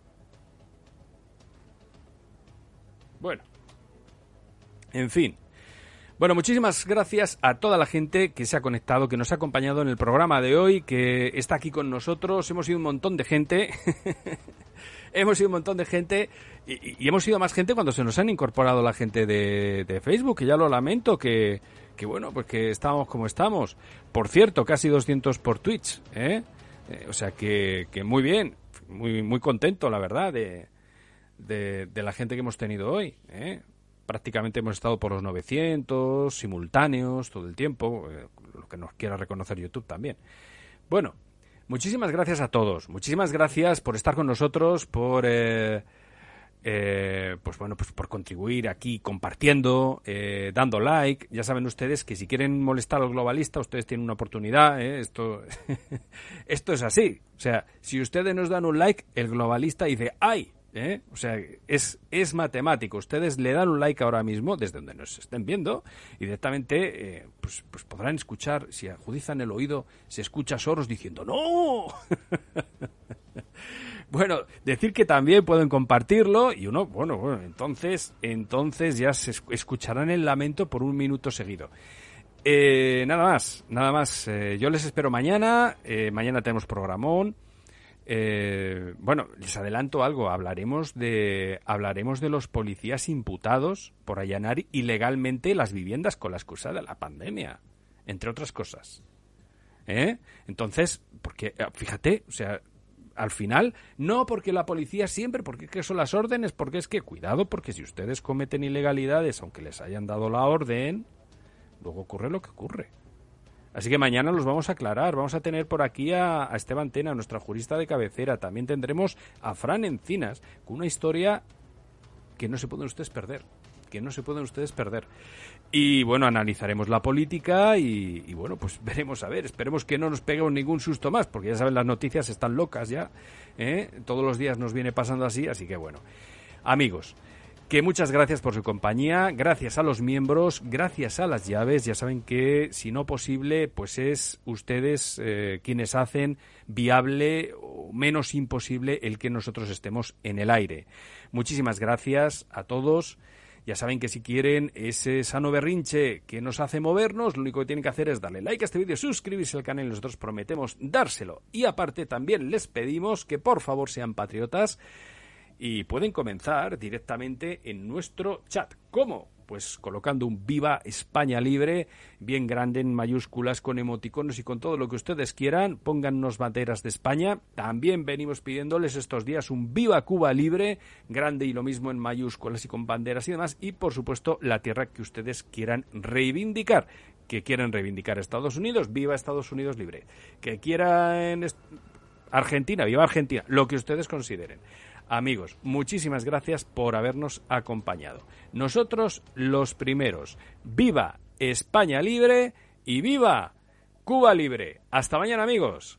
Bueno. En fin. Bueno, muchísimas gracias a toda la gente que se ha conectado, que nos ha acompañado en el programa de hoy, que está aquí con nosotros. Hemos sido un montón de gente. Hemos sido un montón de gente y hemos sido más gente cuando se nos han incorporado la gente de Facebook, que ya lo lamento, que bueno, pues que estamos como estamos. Por cierto, casi 200 por Twitch, o sea que muy bien, muy contento, la verdad, de la gente que hemos tenido hoy, Prácticamente hemos estado por los 900 simultáneos todo el tiempo, lo que nos quiera reconocer YouTube también. Bueno, muchísimas gracias a todos, muchísimas gracias por estar con nosotros, por por contribuir aquí compartiendo, dando like. Ya saben ustedes que si quieren molestar al globalista, ustedes tienen una oportunidad, esto es así. O sea, si ustedes nos dan un like, el globalista dice ¡ay! O sea, es matemático. Ustedes le dan un like ahora mismo desde donde nos estén viendo y directamente pues podrán escuchar, si agudizan el oído, se escucha Soros diciendo ¡no! Bueno, decir que también pueden compartirlo y uno, bueno, entonces ya se escucharán el lamento por un minuto seguido. Nada más. Yo les espero mañana. Mañana tenemos programón. Bueno, les adelanto algo. Hablaremos de los policías imputados por allanar ilegalmente las viviendas con la excusa de la pandemia, entre otras cosas. Entonces, porque fíjate, o sea, al final, no porque la policía siempre, porque es que son las órdenes, porque es que, cuidado, porque si ustedes cometen ilegalidades, aunque les hayan dado la orden, luego ocurre lo que ocurre. Así que mañana los vamos a aclarar. Vamos a tener por aquí a Esteban Tena, nuestra jurista de cabecera. También tendremos a Fran Encinas, con una historia que no se pueden ustedes perder. Y bueno, analizaremos la política y bueno, pues veremos a ver. Esperemos que no nos peguemos ningún susto más, porque ya saben, las noticias están locas ya. Todos los días nos viene pasando así que bueno. Amigos, que muchas gracias por su compañía, gracias a los miembros, gracias a las llaves. Ya saben que, si no posible, pues es ustedes quienes hacen viable o menos imposible el que nosotros estemos en el aire. Muchísimas gracias a todos. Ya saben que si quieren ese sano berrinche que nos hace movernos, lo único que tienen que hacer es darle like a este vídeo, suscribirse al canal y nosotros prometemos dárselo. Y aparte también les pedimos que por favor sean patriotas y pueden comenzar directamente en nuestro chat. ¿Cómo? pues colocando un Viva España Libre, bien grande en mayúsculas, con emoticonos y con todo lo que ustedes quieran. Póngannos banderas de España. También venimos pidiéndoles estos días un Viva Cuba Libre, grande y lo mismo en mayúsculas y con banderas y demás. Y por supuesto la tierra que ustedes quieran reivindicar. Que quieren reivindicar Estados Unidos, viva Estados Unidos libre. Que quieran Argentina, viva Argentina, lo que ustedes consideren. Amigos, muchísimas gracias por habernos acompañado. Nosotros los primeros. Viva España libre y viva Cuba libre. Hasta mañana, amigos.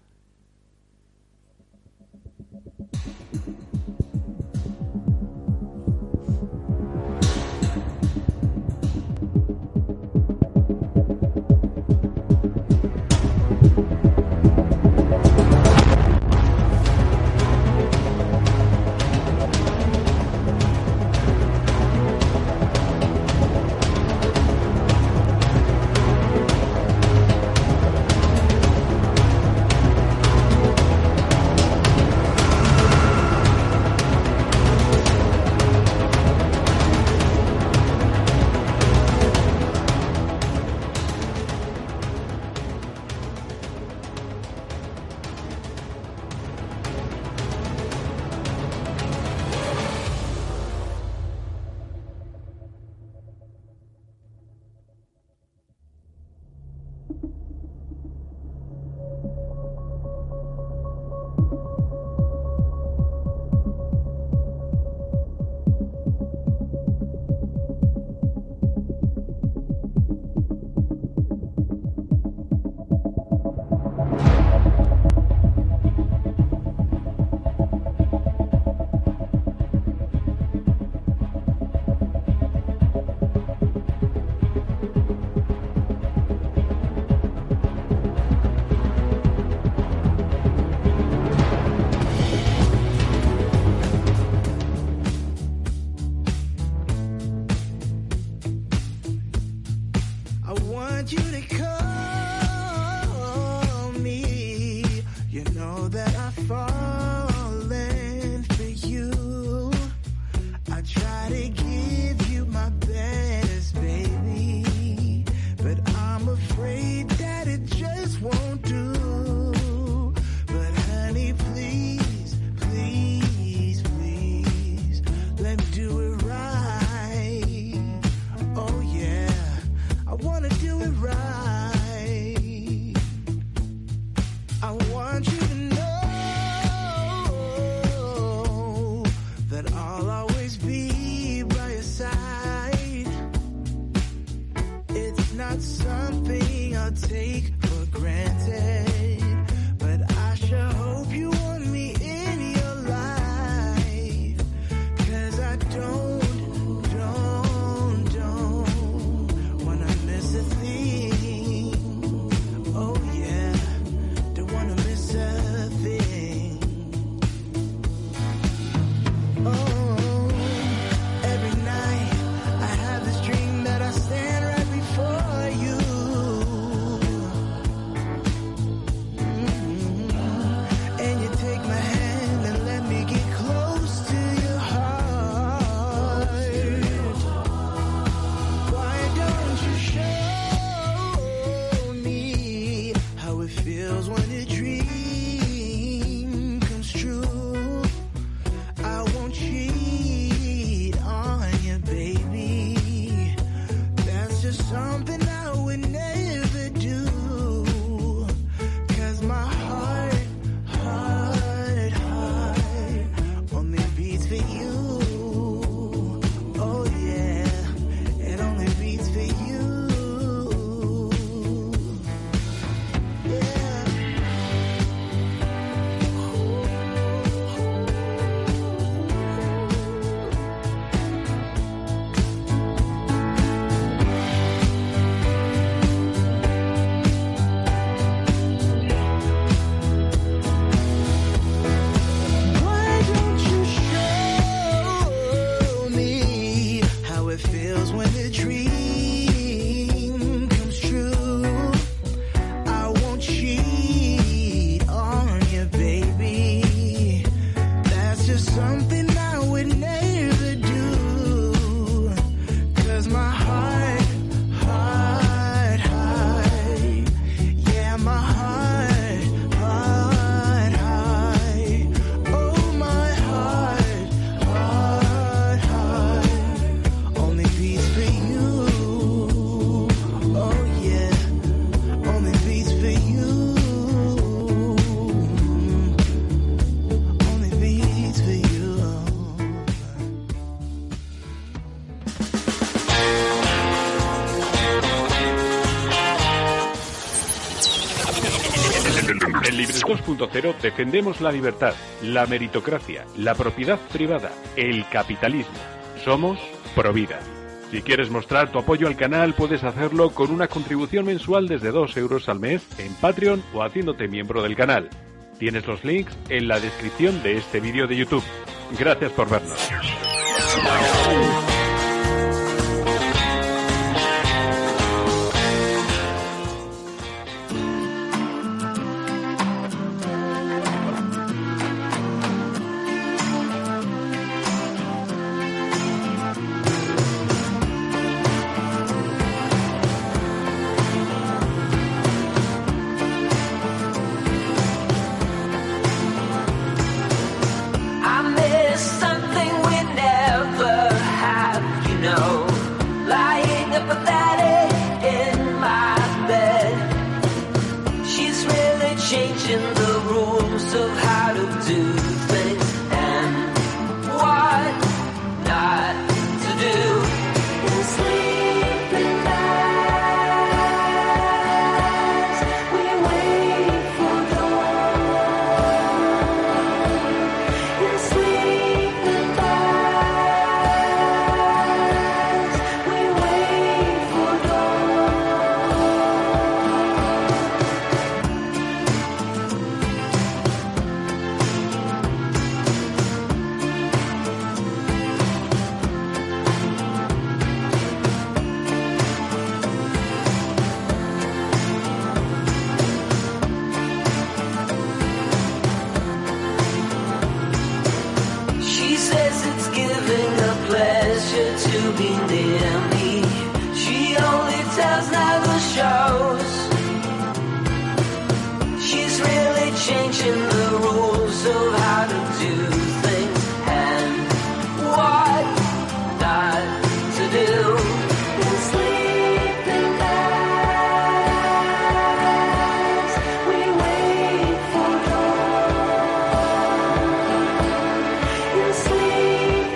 2.0 defendemos la libertad, la meritocracia, la propiedad privada, el capitalismo. Somos Provida. Si quieres mostrar tu apoyo al canal, puedes hacerlo con una contribución mensual desde 2 euros al mes en Patreon o haciéndote miembro del canal. Tienes los links en la descripción de este vídeo de YouTube. Gracias por vernos.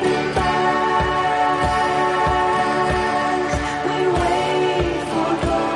For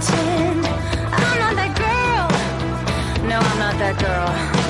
pretend I'm not that girl. No, I'm not that girl.